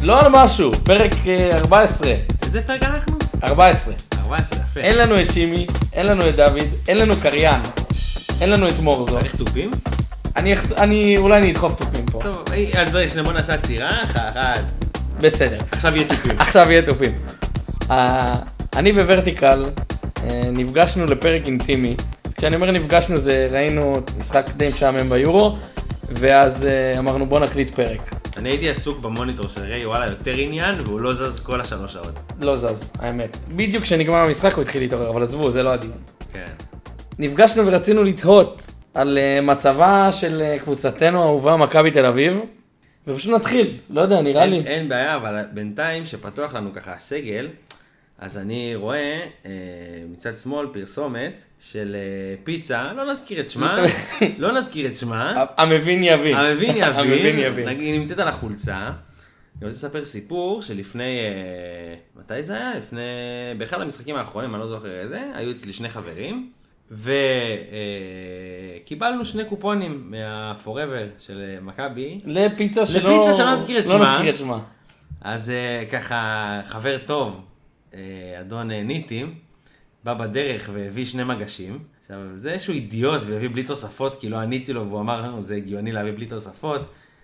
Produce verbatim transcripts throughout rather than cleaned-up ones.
לא על משהו, פרק ארבע עשרה. איזה פרק אנחנו? ארבע עשרה. ארבע עשרה, יפה. אין לנו את שימי, אין לנו את דוד, אין לנו קריין, אין לנו את מורזו. צריך טופים? אני, אני, אולי אני אדחוף טופים פה. טוב, אז רגע, בוא נעשה צירה, אחת. בסדר. עכשיו יהיה טופים. עכשיו יהיה טופים. אני וורטיקל נפגשנו לפרק אינטימי. כשאני אומר נפגשנו זה ראינו משחק די משעמם ביורו, ואז אמרנו בוא נקליט פרק. אני הייתי עסוק במוניטור של ריי, וואלה, יותר עניין, והוא לא זז כל השלוש שעות. לא זז, האמת. בדיוק כשנגמר המשחק הוא התחיל להתעורר, אבל עזבו, זה לא הדיון. כן. נפגשנו ורצינו לתהות על מצבה של קבוצתנו האהובה מכבי תל אביב, ופשוט נתחיל, לא יודע, נראה אין, לי. אין בעיה, אבל בינתיים שפתוח לנו ככה הסגל, אז אני רואה אה, מצד שמאל פרסומת של אה, פיצה, לא נזכיר את שמה, לא נזכיר את שמה. המבין יבין. המבין המבין יבין, יבין. נגיד, היא נמצאת על החולצה. אני רוצה לספר סיפור שלפני, אה, מתי זה היה? לפני, באחד המשחקים האחרונים, אני לא זוכר איזה, היו אצלי שני חברים, וקיבלנו שני קופונים מה-Forever של מכבי. לפיצה שלא... לפיצה שלא נזכיר את שמה. לא נזכיר את שמה. אז אה, ככה, חבר טוב, אדון ניטים, בא בדרך והביא שני מגשים. עכשיו, זה איזשהו אידיוט והביא בלי תוספות, כי לא עניתי לו, והוא אמר לנו, זה הגיוני להביא בלי תוספות.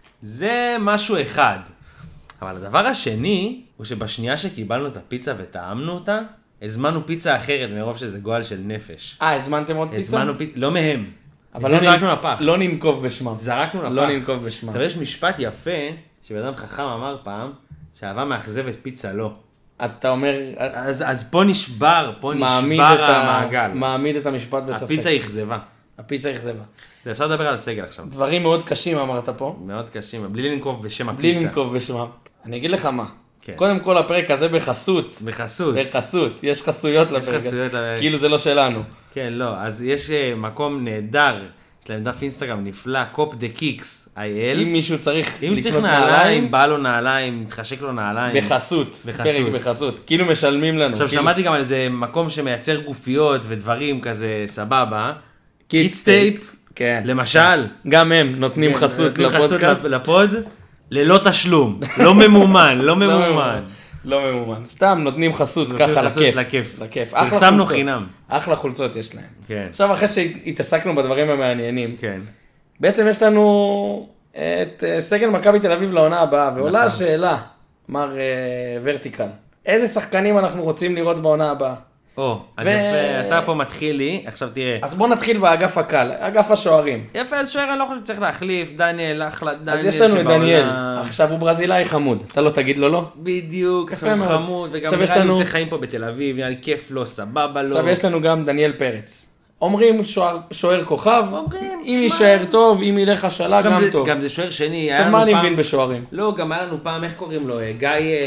זה משהו אחד. אבל הדבר השני, הוא שבשנייה שקיבלנו את הפיצה וטעמנו אותה, הזמנו פיצה אחרת מרוב שזה גועל של נפש. אה, הזמנתם עוד פיצה? הזמנו פיצה, לא מהם. אבל זה לא זרקנו נ... לפח. לא ננקוב בשמם. זרקנו לפח. לא ננקוב בשמם. עכשיו, יש משפט יפה, שבן אדם חכם אמר פעם, שאהבה מאכזבת פיצה לא. אז אתה אומר... אז, אז פה נשבר, פה נשבר המעגל. מעמיד את המשפט בספק. הפיצה אכזבה. הפיצה אכזבה. אפשר לדבר על הסגל עכשיו. דברים מאוד קשים אמרת פה. מאוד קשים, בלי לנקוב בשם הפיצה. בלי לנקוב בשמם. אני אגיד לך מה. כן. קודם כל הפרק הזה בחסות. בחסות. בחסות. יש חסויות לפרק. יש חסויות לפרק. כאילו זה לא שלנו. כן, לא. אז יש מקום נהדר. יש להם דף אינסטגרם נפלא, קופ דה קיקס איי אל. אם מישהו צריך אם צריך נעליים, בא לו נעליים, מתחשק לו נעליים. בחסות. בחסות. פרק בחסות. כאילו משלמים לנו. עכשיו כאילו... שמעתי גם על איזה מקום שמייצר גופיות ודברים כזה סבבה. קיטסטייפ. כן. למשל. גם הם נותנים חסות לפודקאסט. לפוד, ללא תשלום. לא ממומן, לא ממומן. לא ממומן. סתם נותנים חסות ככה לכיף. לכיף. לכיף. פרסמנו חינם. אחלה חולצות יש להם. כן. עכשיו אחרי שהתעסקנו בדברים המעניינים. כן. בעצם יש לנו את סגל מכבי תל אביב לעונה הבאה, ועולה השאלה, מר ורטיקל. איזה שחקנים אנחנו רוצים לראות בעונה הבאה? או, אז יפה, אתה פה מתחיל לי, עכשיו תראה. אז בוא נתחיל באגף הקל, אגף השוערים. יפה, אז שוער אני לא חושב שצריך להחליף, דניאל, אחלה, דניאל. אז יש לנו את דניאל, עכשיו הוא ברזילאי חמוד, אתה לא תגיד לו לא? בדיוק, יפה מאוד. חמוד, וגם נראה לי עושה חיים פה בתל אביב, נראה לי כיף לו, סבבה לו. עכשיו יש לנו גם דניאל פרץ. אומרים שוער כוכב, אומרים, אם יישאר טוב, אם ילך השאלה, גם טוב. גם זה שוער שני. עכשיו מה אני מבין בשוערים? לא, גם היה לנו פעם, איך קוראים לו? גיא,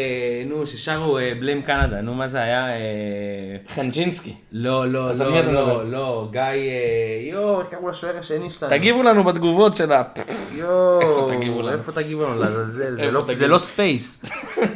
נו, ששרו בליים קנדה, נו, מה זה היה? חנג'ינסקי. לא, לא, לא, לא, לא, גיא, יו, איך קראו לשוער השני שלנו? תגיבו לנו בתגובות של ה... יו, איפה תגיבו לנו? איפה תגיבו לנו? זה לא ספייס.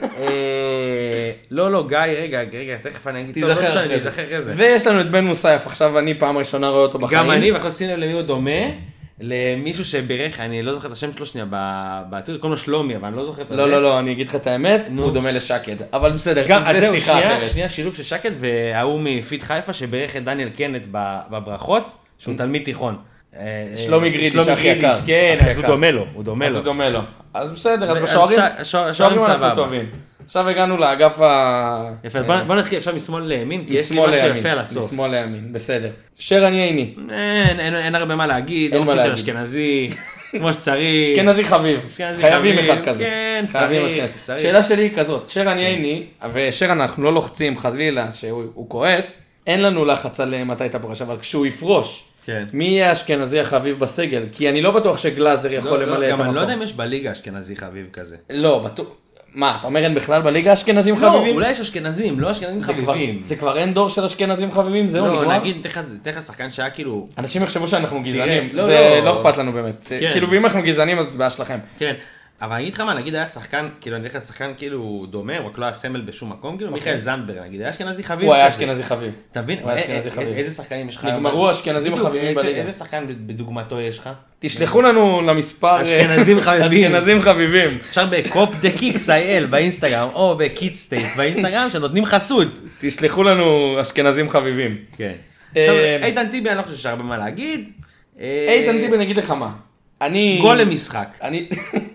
לא, לא, גיא, רגע, רגע, תכף אני אגיד, תיזכר אחרי זה. ויש לנו את בן מוסייף, עכשיו אני פעם ראשונה רואה אותו בחיים. גם אני, ואנחנו עושים לב למי הוא דומה, למישהו שברך, אני לא זוכר את השם שלו שנייה, בעתיד קוראים לו שלומי, אבל אני לא זוכר את זה. לא, לא, לא, אני אגיד לך את האמת, הוא דומה לשקד, אבל בסדר, זה שיחה אחרת. שנייה, שילוב של שקד, והוא מפיד חיפה שברך את דניאל קנט בברכות, שהוא תלמיד תיכון. שלומי גרידי, שהכי יקר. כן, אז הוא דומה לו, הוא דומה לו. אז הוא דומה לו. אז בסדר, אז בשוערים אנחנו טובים. עכשיו הגענו לאגף ה... יפה, בוא נתחיל עכשיו משמאל לימין, כי יש לי משהו יפה על הסוף. משמאל לימין, בסדר. שרן ייני. אין הרבה מה להגיד, אופי של אשכנזי, כמו שצריך. אשכנזי חביב, חייבים אחד כזה. כן, צריך. שאלה שלי היא כזאת, שרן ייני, ושרן אנחנו לא לוחצים חלילה שהוא כועס, אין לנו לחץ על מתי אתה פורש, אבל כשהוא יפרוש, מי יהיה האשכנזי החביב בסגל? כי אני לא בטוח שגלאזר יכול למלא את המקום. גם אני לא יודע אם יש בליגה אשכנזי חביב כזה. לא, בטוח. מה, אתה אומר אין בכלל בליגה אשכנזים חביבים? לא, אולי יש אשכנזים, לא אשכנזים חביבים. זה כבר אין דור של אשכנזים חביבים, זהו נגמר? לא, נגיד, תכף שחקן שהיה כאילו... אנשים יחשבו שאנחנו גזענים, זה לא אכפת לנו באמת. כאילו, ואם אנחנו גזענים, אז בעיה שלכם. כן, אבל אני אגיד לך מה, נגיד היה שחקן, כאילו אני הולך לשחקן כאילו דומה, רק לא היה סמל בשום מקום, כאילו מיכאל זנדברג, נגיד, היה אשכנזי חביב. הוא היה אשכנזי חביב. אתה מבין? איזה שחקנים יש לך? נגמרו אשכנזים החביבים בליגה. איזה שחקן בדוגמתו יש לך? תשלחו לנו למספר אשכנזים חביבים. אשכנזים חביבים. אפשר בקופ דה קיקס איי אל באינסטגרם, או בקידסטייט באינסטגרם, שנותנים חסות. תשלחו לנו אשכנזים חביבים. כן. איתן טיבי, אני לא חושב שיש הרבה מה להגיד. איתן טיבי, נגיד לך מה. אני... גול למשחק. אני...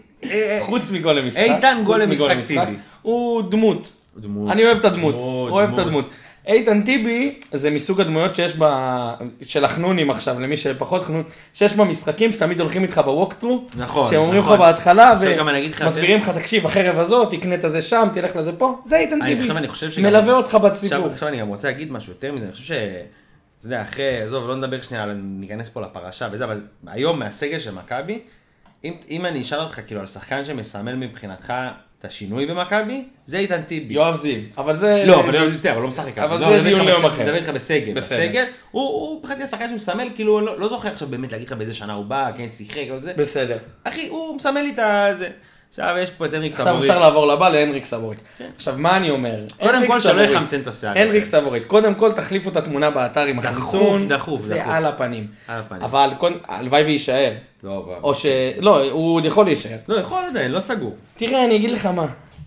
חוץ מגול למשחק. איתן גול למשחק טיבי. הוא דמות. אני אוהב את הדמות. אוהב את הדמות. איתן טיבי זה מסוג הדמויות שיש ב... של החנונים עכשיו, למי שפחות חנון, שיש במשחקים שתמיד הולכים איתך בווקטרו. נכון. שהם אומרים לך בהתחלה ומסבירים לך, תקשיב, החרב הזאת, תקנה את זה שם, תלך לזה פה. זה איתן טיבי. מלווה אותך בציבור. עכשיו אני גם רוצה להגיד משהו יותר מזה, אני חושב ש... אתה יודע, אחרי, עזוב, לא נדבר שנייה, ניכנס פה לפרשה וזה, אבל היום מהסגל של מכבי, אם, אם אני אשאל אותך כאילו על שחקן שמסמל מבחינתך את השינוי במכבי, זה איתן טיבי. יואב זיו, אבל זה... לא, אבל יואב זיו בסדר, אבל לא משחק. אבל לא, זה דיון ליום אחר. אני מדבר איתך בסגל. בסגל, הוא, הוא פחדתי השחקן שמסמל, כאילו, לא, לא זוכר עכשיו באמת להגיד לך באיזה שנה הוא בא, כן, שיחק או זה. בסדר. אחי, הוא מסמל לי את זה. עכשיו יש פה את הנריק סבורית. עכשיו אפשר לעבור לבא להנריק סבורית. עכשיו מה אני אומר? קודם כל שלא יחמצן את השיער. הנריק סבורית. קודם כל תחליפו את התמונה באתר עם החמצון. דחוף, דחוף. זה על הפנים. אבל הלוואי ויישאר. או ש... לא, הוא עוד יכול להישאר. לא, יכול עדיין, לא סגור. תראה, אני אגיד לך מה.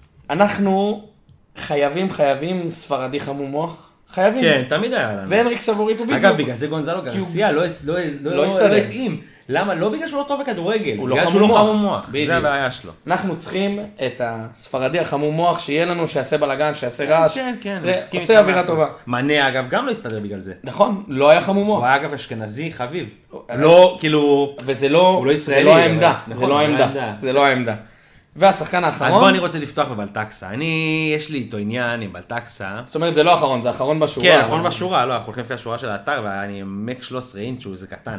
אנחנו חייבים, חייבים ספרדי חמום מוח. חייבים. כן, תמיד היה לנו. והנריק סבורית הוא בדיוק. אגב, בגלל זה גונזלו גרסיה לא הסתדרים. למה? לא בגלל שהוא לא טוב בכדורגל, בגלל שהוא לא חמום מוח. זה הבעיה שלו. אנחנו צריכים את הספרדי החמום מוח, שיהיה לנו, שיעשה בלגן, שיעשה רעש. כן, כן. זה עושה אווירה טובה. מנה, אגב, גם לא הסתדר בגלל זה. נכון, לא היה חמום מוח. הוא היה אגב אשכנזי חביב. לא, כאילו... וזה לא העמדה. זה לא העמדה. זה לא העמדה. והשחקן האחרון... אז בוא אני רוצה לפתוח בבלטקסה. אני, יש לי איתו עניין עם בלטקסה. זאת אומרת, זה לא האחרון, זה האחרון בשורה. כן, האחרון בשורה, לא, אנחנו הולכים לפי השורה של האתר, ואני מק שלוש עשרה אינץ' שהוא זה קטן.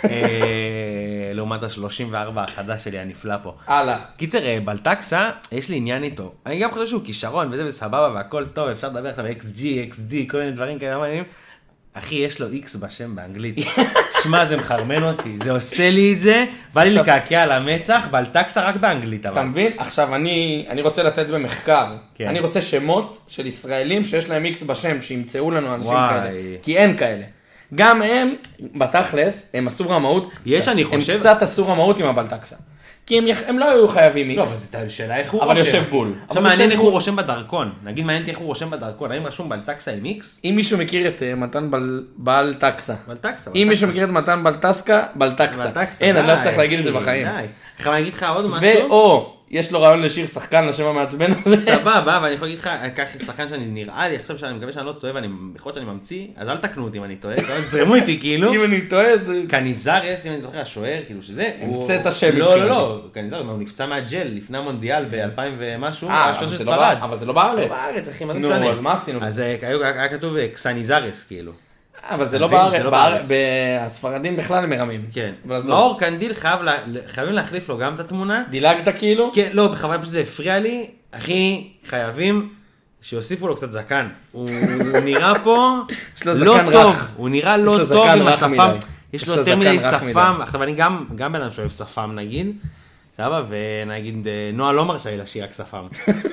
לעומת ה-שלושים וארבע החדש שלי, הנפלא פה. הלאה. קיצר, בלטקסה, יש לי עניין איתו. אני גם חושב שהוא כישרון, וזה בסבבה, והכל טוב, אפשר לדבר עכשיו אקס ג'י, אקס די, כל מיני דברים כאלה מעניינים. אחי, יש לו איקס בשם באנגלית. שמע, זה מחרמן אותי. זה עושה לי את זה, בא לי לקעקע על המצח, בלטקסה רק באנגלית. אתה מבין? עכשיו, אני רוצה לצאת במחקר. אני רוצה שמות של ישראלים שיש להם איקס בשם, שימצאו לנו אנשים כאלה. כי אין כאלה. גם הם, בתכלס, הם עשו רמאות. יש, אני חושב... הם קצת עשו רמאות עם הבלטקסה. כי הם, הם לא היו חייבים איקס. לא, אבל זאת השאלה איך הוא רושם. אבל יושב בול. עכשיו מעניין איך הוא רושם בדרכון. נגיד מעניין איך הוא רושם בדרכון. האם רשום בלטקסה עם איקס? אם מישהו מכיר את מתן בלטקסה. בלטקסה. אם מישהו מכיר את מתן בלטסקה, בלטקסה. אין, אני לא צריך להגיד את זה בחיים. איך אני אגיד לך עוד משהו? ואו, יש לו רעיון לשיר שחקן לשם המעצבן הזה. סבבה, ואני יכול להגיד לך, כך שחקן שאני נראה לי, עכשיו שאני מקווה שאני לא טועה, ואני בכל זאת אני ממציא, אז אל תקנו אותי אם אני טועה, אז זרמו איתי כאילו. אם אני טועה, זה... קניזרס, אם אני זוכר, השוער, כאילו שזה... המצא את השם. לא, לא, לא, קניזרס, הוא נפצע מהג'ל לפני המונדיאל ב-אלפיים ומשהו, השוער של ספרד. אבל זה לא בארץ. לא בארץ, אחי, מה זה נו, משנה? אז מה עשינו? אז היה כתוב קסניזרס, כאילו. אבל זה לא בארץ, הספרדים בכלל הם מרמים. כן. מאור קנדיל חייבים להחליף לו גם את התמונה. דילגת כאילו? כן, לא, בכוונה פשוט זה הפריע לי. אחי, חייבים שיוסיפו לו קצת זקן. הוא נראה פה לא טוב. הוא נראה לא טוב עם השפם. יש לו יותר מדי שפם. עכשיו אני גם בן אדם שאוהב שפם נגיד. סבבה, ונגיד נועה לא מרשה לי לשיר רק שפם.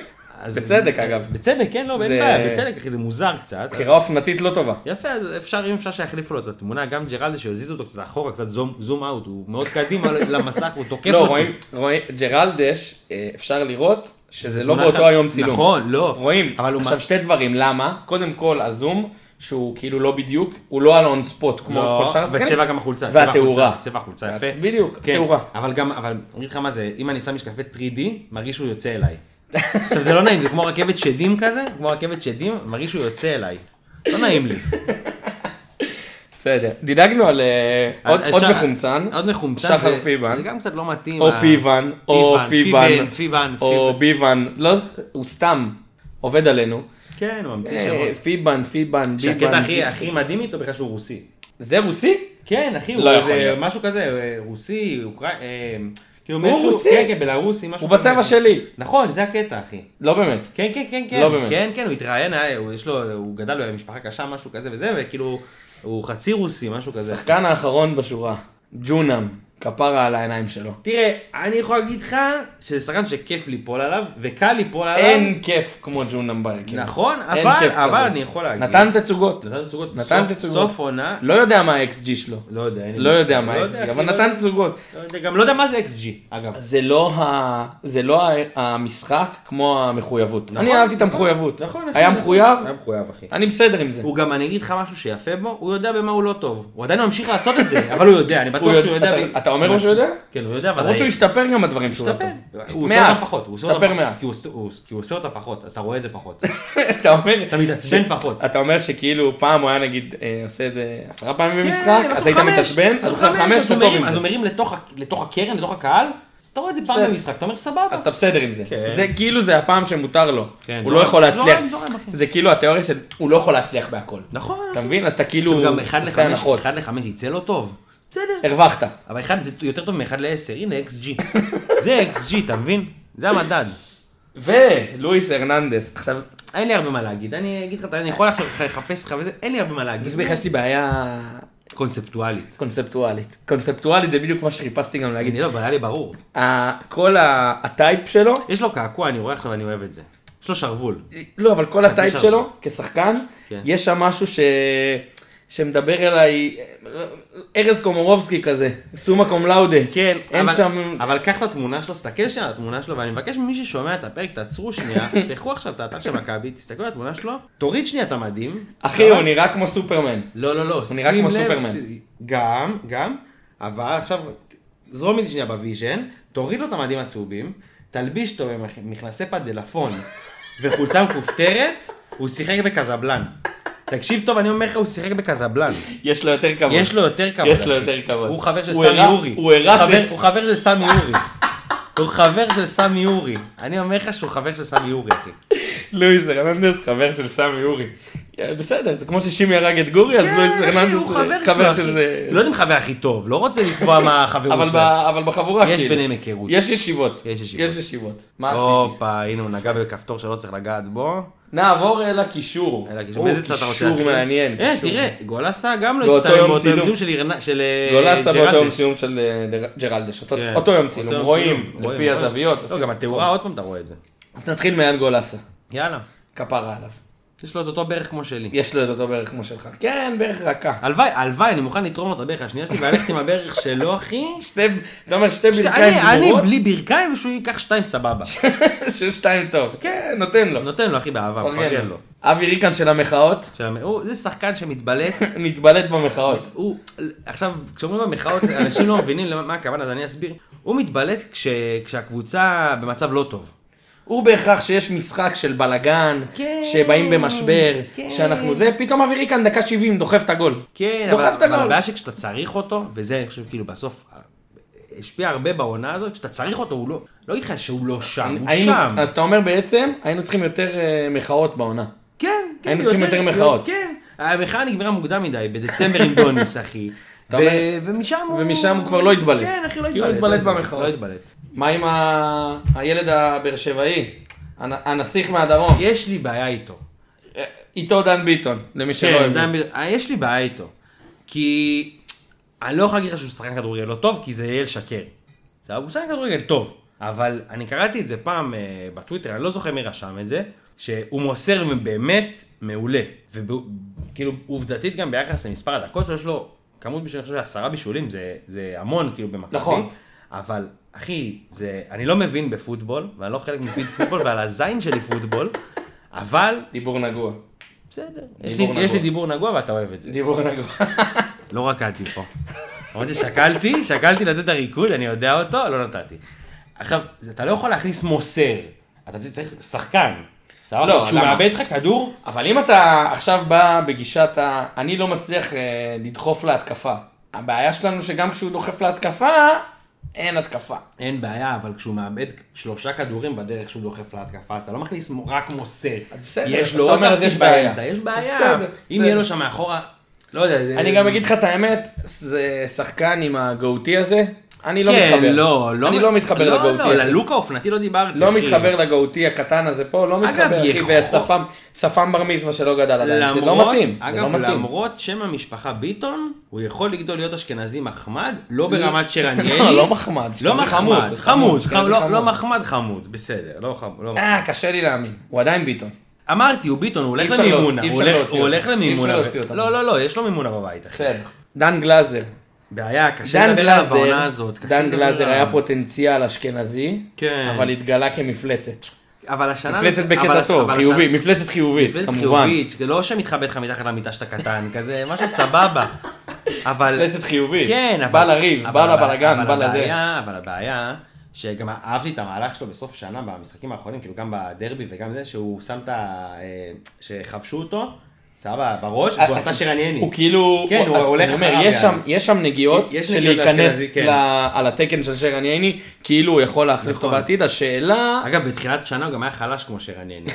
בצדק אגב. בצדק, כן, לא, אין בעיה, בצדק, אחי, זה מוזר קצת. בחירה אופנתית לא טובה. יפה, אפשר, אם אפשר שיחליפו לו את התמונה, גם ג'רלדש שיזיזו אותו קצת אחורה, קצת זום אאוט, הוא מאוד קדימה למסך, הוא תוקף אותו. לא, רואים, ג'רלדש, אפשר לראות שזה לא באותו היום צילום. נכון, לא. רואים, עכשיו שתי דברים, למה? קודם כל, הזום, שהוא כאילו לא בדיוק, הוא לא על און ספוט, כמו כל שאר השחקנים. וצבע גם החולצה. והתאורה. צבע החולצה, יפה. בדיוק, תאורה. אבל גם, אבל אני אגיד לך מה זה, אם אני שם משקפי תרי די, מרגיש שהוא יוצא אליי. עכשיו זה לא נעים, זה כמו רכבת שדים כזה, כמו רכבת שדים, מרגיש שהוא יוצא אליי. לא נעים לי. בסדר, דידגנו על עוד מחומצן. עוד מחומצן. שחר פיבן. זה גם קצת לא מתאים. או פיבן, או פיבן. פיבן. או ביבן. לא, הוא סתם עובד עלינו. כן, הוא ממציא שמות. פיבן, פיבן, ביבן. שהקטע הכי מדהים איתו בכלל שהוא רוסי. זה רוסי? כן, אחי, הוא משהו כזה, רוסי, אוקראיני. הוא רוסי? כן, כן, בלרוסי, משהו הוא בצבע שלי. נכון, זה הקטע, אחי. לא באמת. כן, כן, כן, כן. לא באמת. כן, כן, הוא התראיין, יש לו, הוא גדל במשפחה קשה, משהו כזה וזה, וכאילו, הוא חצי רוסי, משהו כזה. שחקן האחרון בשורה, ג'ונם. כפרה על העיניים שלו. תראה, אני יכול להגיד לך שזה שחקן שכיף ליפול עליו, וקל ליפול עליו. אין כיף כמו ג'ון נמבר. נכון, אבל, אבל אני יכול להגיד. נתן תצוגות. נתן תצוגות. נתן תצוגות. סוף עונה. לא יודע מה ה-אקס ג'י שלו. לא יודע. לא יודע מה ה-אקס ג'י, אבל נתן תצוגות. גם לא יודע מה זה אקס ג'י, אגב. זה לא המשחק כמו המחויבות. אני אהבתי את המחויבות. נכון. היה מחויב. היה מחויב, אחי. אני בסדר עם זה. הוא גם, אני אגיד לך משהו שיפה בו, הוא יודע במה הוא לא טוב. הוא עדיין ממשיך לעשות את זה, אבל הוא יודע, אני בטוח שהוא יודע. אתה אומר שהוא יודע? כן, הוא יודע, אבל... למרות שהוא השתפר גם בדברים שהוא לא טוב. הוא עושה אותם פחות. הוא השתפר מעט. כי הוא עושה אותם פחות, אז אתה רואה את זה פחות. אתה אומר... אתה מתעצבן פחות. אתה אומר שכאילו פעם הוא היה נגיד עושה את זה עשרה פעמים במשחק, אז היית מתעצבן, אז עכשיו חמש אתה טוב עם זה. אז אומרים לתוך הקרן, לתוך הקהל, אתה רואה את זה פעם במשחק, אתה אומר סבבה. אז אתה בסדר עם זה. זה כאילו זה הפעם שמותר לו. הוא לא יכול להצליח. זה כאילו התיאוריה שהוא לא יכול להצליח בהכל. נכון. אתה מבין? אז אתה כאילו... גם אחד לחמש יצא לו טוב. בסדר. הרווחת. אבל אחד זה יותר טוב מ-אחד ל-עשר. הנה אקס ג'י. זה אקס ג'י, אתה מבין? זה המדד. ולואיס הרננדס. עכשיו... אין לי הרבה מה להגיד. אני אגיד לך, אני יכול עכשיו לחפש לך וזה, אין לי הרבה מה להגיד. אז בכלל יש לי בעיה... קונספטואלית. קונספטואלית. קונספטואלית זה בדיוק מה שחיפשתי גם להגיד. אני לא, אבל היה לי ברור. כל הטייפ שלו... יש לו קעקוע, אני רואה עכשיו ואני אוהב את זה. יש לו שרוול. לא, אבל כל הטייפ שלו, כשחקן, יש שם משהו ש... שמדבר אליי, ארז קומורובסקי כזה, סומה קום לאודה. כן, אין אבל, שם... אבל קח את התמונה שלו, סתכל שנייה על התמונה שלו, ואני מבקש ממי ששומע את הפרק, תעצרו שנייה, תלכו עכשיו את האתר של מכבי, תסתכלו על התמונה שלו, תוריד שנייה את המדים. אחי, הוא נראה כמו סופרמן. לא, לא, לא, הוא נראה כמו סופרמן. גם, גם, אבל עכשיו, זרום איתי שנייה בוויז'ן, תוריד לו את המדים הצהובים, תלביש אותו במכנסי פדלפון וחולצה מכופתרת, הוא שיחק בקזבלן. תקשיב טוב, אני אומר לך, הוא שיחק בקזבלן. יש לו יותר כבוד. יש לו יותר כבוד. יש לו יותר כבוד. הוא חבר של סמי אורי. הוא הראה... הוא חבר של סמי אורי. הוא חבר של סמי אורי. אני אומר לך שהוא חבר של סמי אורי, אחי. לואיס הרננדס חבר של סמי אורי. בסדר, זה כמו ששימי הרג את גורי, אז לואיס הרננדס חבר של זה. לא יודע אם חבר הכי טוב, לא רוצה לקבוע מה החברות שלו. אבל בחבורה יש ביניהם היכרות. יש ישיבות. יש ישיבות. מה עשיתי? הופה, הנה הוא נגע בכפתור שלא צריך לגעת בו. נעבור אל הקישור. מאיזה צד אתה רוצה? קישור מעניין. תראה, גולסה גם לא הצטלם באותו יום צילום של ג'רלדש. גולסה באותו יום צילום של ג'רלדש. אותו יום צילום, רואים לפי הזוויות. לא, גם התאורה, עוד פעם אתה רואה את זה. אז נתחיל מיד גולסה. יאללה. כפרה עליו. יש לו את אותו בערך כמו שלי. יש לו את אותו בערך כמו שלך. כן, בערך רכה. הלוואי, הלוואי, אני מוכן לתרום לו את הבערך השנייה שלי, והלכת עם הבערך שלו, אחי. אתה אומר שתי ברכיים גמורות? אני בלי ברכיים ושהוא ייקח שתיים סבבה. שהוא שתיים טוב. כן, נותן לו. נותן לו, אחי, באהבה, מפרגן לו. אבי ריקן של המחאות. זה שחקן שמתבלט. מתבלט במחאות. הוא, עכשיו, כשאומרים במחאות, אנשים לא מבינים למה הכוונה, אז אני אסביר. הוא מתבלט כשהקבוצה במצב לא טוב. הוא בהכרח שיש משחק של בלגן, כן, שבאים במשבר, כן. שאנחנו זה, פתאום אווירי כאן דקה שבעים דוחף את הגול. כן, דוחף אבל, את הגול. אבל הבעיה שכשאתה צריך אותו, וזה אני חושב כאילו בסוף, השפיע הרבה בעונה הזאת, כשאתה צריך אותו, הוא לא, לא יגיד לך שהוא לא שם, הוא היינו, שם. אז אתה אומר בעצם, היינו צריכים יותר uh, מחאות בעונה. כן, כן. היינו צריכים יותר מחאות. כן, המחאה נגמרה מוקדם מדי, בדצמבר עם דוניס, אחי. ומשם הוא... ומשם הוא כבר לא התבלט. כן, אחי, לא התבלט. כי הוא התבלט במחאות. לא התבלט. מה עם הילד הבאר שבעי? הנסיך מהדרום. יש לי בעיה איתו. איתו דן ביטון, למי שלא כן, אוהב. דן ביטון. יש לי בעיה איתו. כי אני לא יכול להגיד לך שהוא שחקן כדורגל לא טוב, כי זה יהיה לשקר. הוא שחקן כדורגל טוב. אבל אני קראתי את זה פעם בטוויטר, אני לא זוכר מי רשם את זה, שהוא מוסר באמת מעולה. וכאילו עובדתית גם ביחס למספר הדקות שיש לו, כמות בשביל אני חושב עשרה בישולים, זה, זה המון כאילו במכבי. נכון. אבל אחי, זה, אני לא מבין בפוטבול, ואני לא חלק מפיד פוטבול, ועל הזין שלי פוטבול, אבל... דיבור נגוע. בסדר. יש לי, יש לי דיבור נגוע ואתה אוהב את זה. דיבור נגוע. לא רקדתי פה. למרות ששקלתי, שקלתי לתת הריקוד, אני יודע אותו, לא נתתי. עכשיו, אתה לא יכול להכניס מוסר. אתה צריך שחקן. לא, כשהוא מאבד לך כדור... אבל אם אתה עכשיו בא בגישת ה... אני לא מצליח לדחוף להתקפה. הבעיה שלנו שגם כשהוא דוחף להתקפה, אין התקפה. אין בעיה, אבל כשהוא מאבד שלושה כדורים בדרך שהוא דוחף להתקפה, אז אתה לא מכניס רק מוסר. בסדר, יש לו עוד תפקיד באמצע, יש בעיה. אם יהיה לו שם מאחורה, לא יודע. אני גם אגיד לך את האמת, זה שחקן עם הגאותי הזה, אני לא כן, מתחבר. לא, לא. אני לא מתחבר לא, לגאותי. לא, ללוק האופנתי לא דיברתי, לא אחי. מתחבר לגאותי הקטן הזה פה, לא מתחבר, אחי, יכול- ושפם, שפם בר מצווה שלא גדל עדיין, זה לא מתאים, זה לא אגב, מתאים. למרות שם המשפחה ביטון, הוא יכול לגדול להיות אשכנזי מחמד, לא ברמת שרניאלי. לא, לא מחמד. לא זה מחמד, זה חמוד, זה חמוד, לא- חמוד. לא מחמד חמוד, בסדר, לא חמוד. לא מחמד. אה, קשה לי להאמין, הוא עדיין ביטון. אמרתי, הוא ביטון, הוא הולך אי אפשר להוציא- למימונה, אי הוא אפשר הולך- להוציא הוא הולך אותו. אי למימונה. אפשר להוציא אותו. לא, לא, לא, יש לו מימונה בבית, אחי. בסדר. דן גלאזר. בעיה, קשה דן לדבר עליו בעונה גלאזר, הזאת. קשה דן לדבר גלאזר עליו. היה פוטנציאל אשכנזי, כן. אבל התגלה כמפלצת. אבל השנה... מפלצת אבל בקטע הש- טוב, אבל חיובי, השנה- מפלצת חיובית, מפלצת כמובן. חיובית, לא שמתחבאת לך מתחת למיטה שאתה קטן, כזה משהו סבבה. אבל... מפלצת חיובית. כן, אבל... בא לריב, אבל בא הבע- לבלגן, אבל בא לזה. הבעיה, אבל הבעיה, שגם אהבתי את המהלך שלו בסוף שנה במשחקים האחרונים, כאילו גם בדרבי וגם זה, שהוא שם את ה... אה, שחבשו אותו, סבבה, בראש, והוא עשה שרנייני. הוא כאילו, כן, הוא אז הולך אני אומר, אחריו יש גם. שם, יש שם נגיעות יש של נגיעות להיכנס לאשכנזי, כן. ל- על התקן של שרנייני, כאילו הוא יכול להחליף אותו נכון. בעתיד, השאלה, אגב, בתחילת שנה הוא גם היה חלש כמו שרנייני.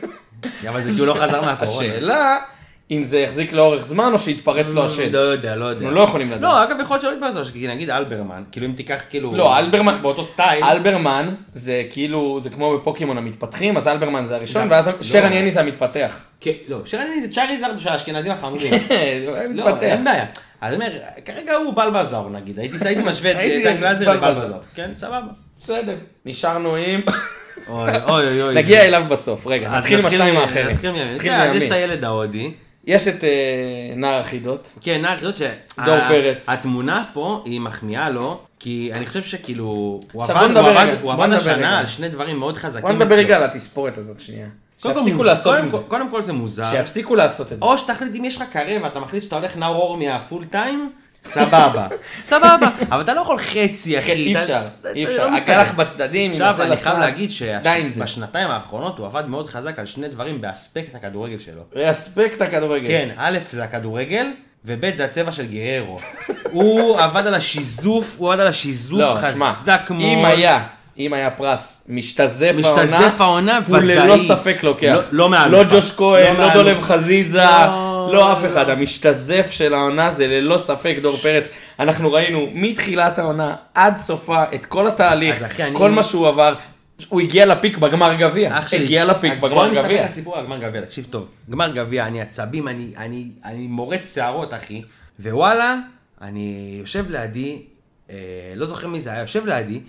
אבל זה כי הוא לא חזר מהקורונה. השאלה, אם זה יחזיק לאורך זמן או שיתפרץ לו השד. לא יודע, לא יודע. אנחנו לא יכולים לדעת. לא, אגב, יכול להיות שלא יתפרץ, כי נגיד אלברמן, כאילו אם תיקח כאילו... לא, אלברמן, באותו סטייל. אלברמן זה כאילו, זה כמו בפוקימון המתפתחים, אז אלברמן זה הראשון, זה- ואז לא. שרנייני זה המתפתח. כן, לא, שרנייני זה צ'אריזארד של האשכנזים החמודים. הוא לא, מתפתח. אין בעיה. אז אני אומר, כרגע הוא בלבזור נגיד, הייתי הייתי משווה את הייתי דן גלאזר בלבזור. לבלבזור. כן, סבבה. בסדר, נשארנו עם... אוי אוי אוי. נגיע אליו בסוף, רגע, אז נתחיל עם השניים מ- האחרים. נתחיל מימין. נתחיל בסדר, אז יש מימין. את הילד ההודי. יש את אה, נער החידות. כן, נער חידות ש... דור ה- פרץ. התמונה פה היא מחמיאה לו, כי אני חושב שכאילו, הוא עכשיו עבד, בוא נדבר הוא עבד, רגע, הוא בוא עבד נדבר רגע. השנה על שני דברים מאוד חזקים בוא נדבר רגע על התספורת הזאת שנייה. קודם כל, שיפסיקו מוז- לעשות קודם עם זה. כל- קודם כל זה מוזר. שיפסיקו לעשות את זה. או שתחליט אם יש לך קרב ואתה מחליט שאתה הולך נאור אור מהפול טיים, סבבה. סבבה, אבל אתה לא יכול חצי, אחי. אי אתה- אפשר, אתה- אי אתה אפשר. לא מסתדר. הגלח בצדדים, עכשיו ינסה אני חייב לצד. להגיד די עם זה. שבשנתיים האחרונות הוא עבד מאוד חזק על שני דברים באספקט הכדורגל שלו. רספקט הכדורגל. כן, א' זה הכדורגל, וב' זה הצבע של גררו. הוא עבד על השיזוף, הוא עבד על השיזוף לא, תשמע, חזק מאוד. אם היה, אם היה פרס משתזף העונה, משתזף העונה, הוא ודאי. ללא ספק לוקח. לא- לא מהאלופה. לא ג'וש כהן, לא לא מהאלופה. דולב חזיזה, לא. לא אף אחד. המשתזף של העונה זה ללא ספק דור פרץ. אנחנו ראינו מתחילת העונה עד סופה את כל התהליך, אז אחי, אני- כל מה שהוא עבר. הוא הגיע לפיק בגמר גביע. אח שלי, הגיע לפיק אז בוא בגמר נספר גביע. את הסיפור על גמר גביע, תקשיב טוב. גמר גביע, אני עצבים, אני, אני, אני מורץ שערות, אחי. ווואלה, אני יושב לידי, אה, לא זוכר מי זה היה, יושב לידי,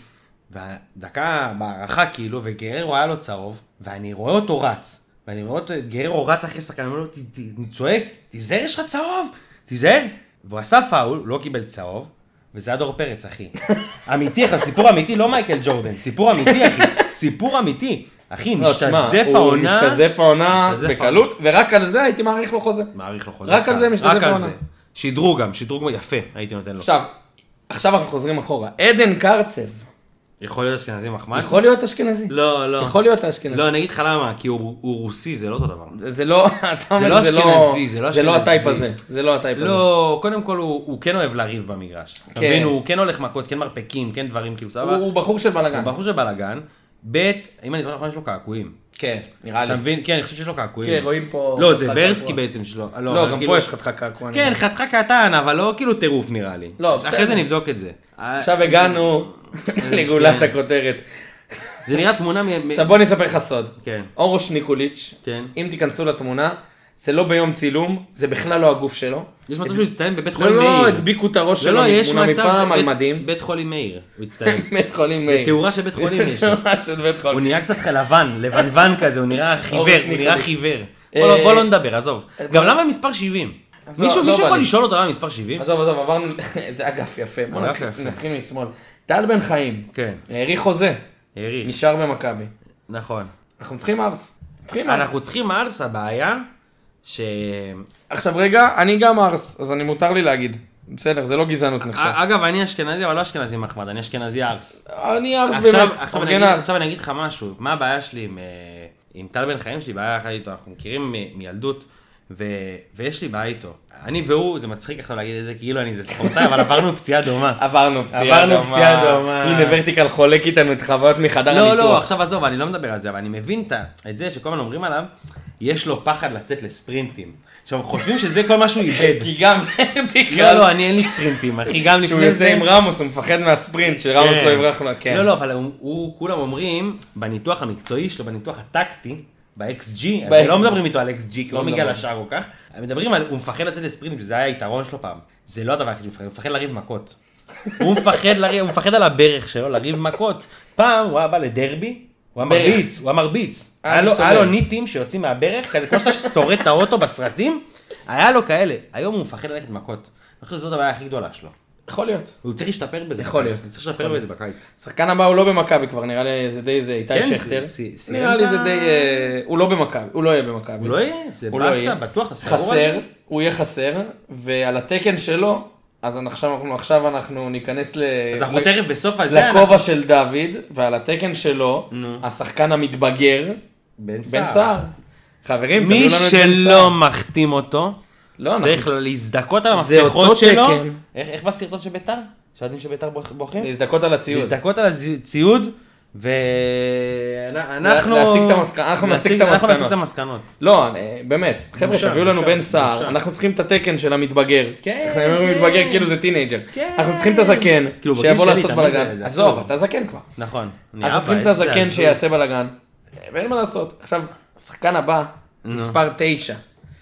והדקה בהערכה כאילו, וגררו היה לו צהוב, ואני רואה אותו רץ. ואני רואה אותו, את גררו רץ אחרי שחקן, אני אומר לו, "ת- ת- אני צועק, תיזהר, יש לך צהוב, תיזהר. והוא עשה פאול, לא קיבל צהוב, וזה היה דור פרץ, אחי. אמיתי, אחי, סיפור אמיתי, לא מייקל ג'ורדן, סיפור אמיתי, אחי, סיפור אמיתי. אחי, לא, תשמע, משתזף הוא העונה. משתזף העונה משתזף בקלות, ורק על זה הייתי מעריך לו חוזה. מעריך לו חוזר. רק על זה משתזף רק על העונה. זה. שדרוג גם, שדרוג יפה, הייתי נותן לו. עכשיו, עכשיו אנחנו חוזרים אחורה. עדן קרצב, יכול להיות אשכנזי מחמד? יכול להיות אשכנזי. לא, לא. יכול להיות אשכנזי. לא, אני אגיד לך למה, כי הוא הוא רוסי, זה לא אותו דבר. זה- זה לא, אתה אומר, לא זה לא, אשכנזי, זה לא זה לא אשכנזי. הטייפ הזה, זה לא הטייפ הזה. לא, קודם כל הוא הוא כן אוהב לריב במגרש. אתה כן. מבין, הוא כן הולך מכות, כן מרפקים, כן דברים, כאילו סבבה. הוא בחור של בלאגן. הוא בחור של בלאגן. ב', אם אני זוכר נכון, יש לו קעקועים. כן, נראה לי. אתה מבין? כן, אני חושב שיש לו קעקועים. כן, רואים פה... לא, זה חתיכה ברסקי קעקוע. בעצם שלו. לא, אבל גם כאילו- פה יש חתיכה קעקוע. כן, חתיכה קטן, אבל לא כאילו טירוף נראה לי. לא, בסדר. אחרי זה נבדוק את זה. עכשיו הגענו לגאולת כן. הכותרת. זה נראה תמונה מ... עכשיו בוא אני אספר לך סוד. כן. אורוש ניקוליץ', כן. אם תיכנסו לתמונה, זה לא ביום צילום, זה בכלל לא הגוף שלו. יש מצב שהוא יצטיין בבית חולים לא, מאיר. לא, הדביקו את הראש לא, שלו לא, יש מתמונה מצב מפעם על בבית- מדים. בית חולים מאיר, הוא יצטיין. בית חולים זה מאיר. תאורה של בית חולים יש לו. תאורה של בית חולים. הוא נראה קצת לבן, לבנוון כזה, הוא נראה חיוור, אורך הוא נראה ניקוליץ'. חיוור. אה, בוא לא- בוא לא נדבר, עזוב. גם למה מספר שבעים? עזוב, מישהו לא מישהו בא יכול לי. לשאול אותו למה מספר שבעים? עזוב, עזוב, עברנו, זה אגף יפה. בוא אגף נתחיל- יפה. נתחיל משמאל. טל בן חיים, כן, האריך חוזה, העריך. נשאר במכבי. נכון. אנחנו צריכים ארס. צריכים ארס. אנחנו צריכים ארס, הבעיה, ש... עכשיו רגע, אני גם ארס, אז אני מותר לי להגיד. בסדר, זה לא גזענות נחשב. אגב, אני אשכנזי, אבל לא אשכנזי מחמד, אני אשכנזי ארס. אני ארס עכשיו, באמת, עכשיו, אני אגיד, אורגינל. עכשיו אני אגיד לך משהו, מה הבעיה שלי עם, אה, עם טל בן חיים שלי, בעיה אחת איתו, אנחנו מכירים מ- מילדות, ו, ויש לי בעיה איתו. אני והוא, זה מצחיק עכשיו להגיד את זה, כאילו אני זה ספורטאי, אבל עברנו פציעה דומה. עברנו פציעה עברנו דומה. פציעה דומה. הנה ורטיקל חולק איתנו את חוויות מחדר לא, הניתוח. לא, עכשיו עזוב, אני לא מדבר על זה, אבל אני מבין את- את זה שכל הזמן אומרים עליו, יש לו פחד לצאת לספרינטים. עכשיו, חושבים שזה כל מה שהוא איבד. כי גם ורטיקל. לא, לא, אני אין לי ספרינטים, אחי, גם לפני זה. שהוא יוצא עם רמוס, הוא מפחד מהספרינט, שרמוס לא יברח לו, כן. לא, לא, אבל הוא, כולם אומרים, בניתוח המקצועי שלו, בניתוח הטקטי, ב-אקס ג'י, אז לא מדברים איתו על אקס ג'י, כי הוא לא מגיע לשער כל כך, מדברים על, הוא מפחד לצאת לספרינטים, שזה היה היתרון שלו פעם. זה לא הדבר הכי שהוא מפחד, הוא מפחד לריב מכות. הוא מפחד לריב, הוא מפחד על הברך שלו, לריב מכות. פעם הוא היה בא לדרבי, הוא היה מרביץ, הוא היה מרביץ. היה לו ניטים שיוצאים מהברך, כזה כמו שאתה שורט את האוטו בסרטים, היה לו כאלה. היום הוא מפחד ללכת מכות. אני חושב שזאת הבעיה הכי גדולה שלו. יכול להיות. הוא צריך להשתפר בזה. יכול להיות. הוא צריך להשתפר בזה בקיץ. שחקן הבא הוא לא במכבי כבר, נראה לי זה די זה, איתי שכטר. נראה לי זה די, הוא לא במכבי, הוא לא יהיה במכבי. הוא לא יהיה? זה באסה, בטוח, חסר, הוא יהיה חסר, ועל התקן שלו, אז עכשיו אנחנו ניכנס לכובע של דוד, ועל התקן שלו, השחקן המתבגר, בן סער. חברים, מי שלא מחתים אותו, צריך להזדקות על המפתחות שלו. איך בסרטון של ביתר? שעדים שביתר בוחרים? להזדקות על הציוד. להזדקות על הציוד, ואנחנו נסיק את המסקנות. לא, באמת, חבר'ה, תביאו לנו בן סער, אנחנו צריכים את התקן של המתבגר. אנחנו אומרים מתבגר כאילו זה טינג'ר. אנחנו צריכים את הזקן, שיבוא לעשות בלגן. עזוב, אתה זקן כבר. נכון. אנחנו צריכים את הזקן שיעשה בלגן. ואין מה לעשות. עכשיו, השחקן הבא, מספר תשע.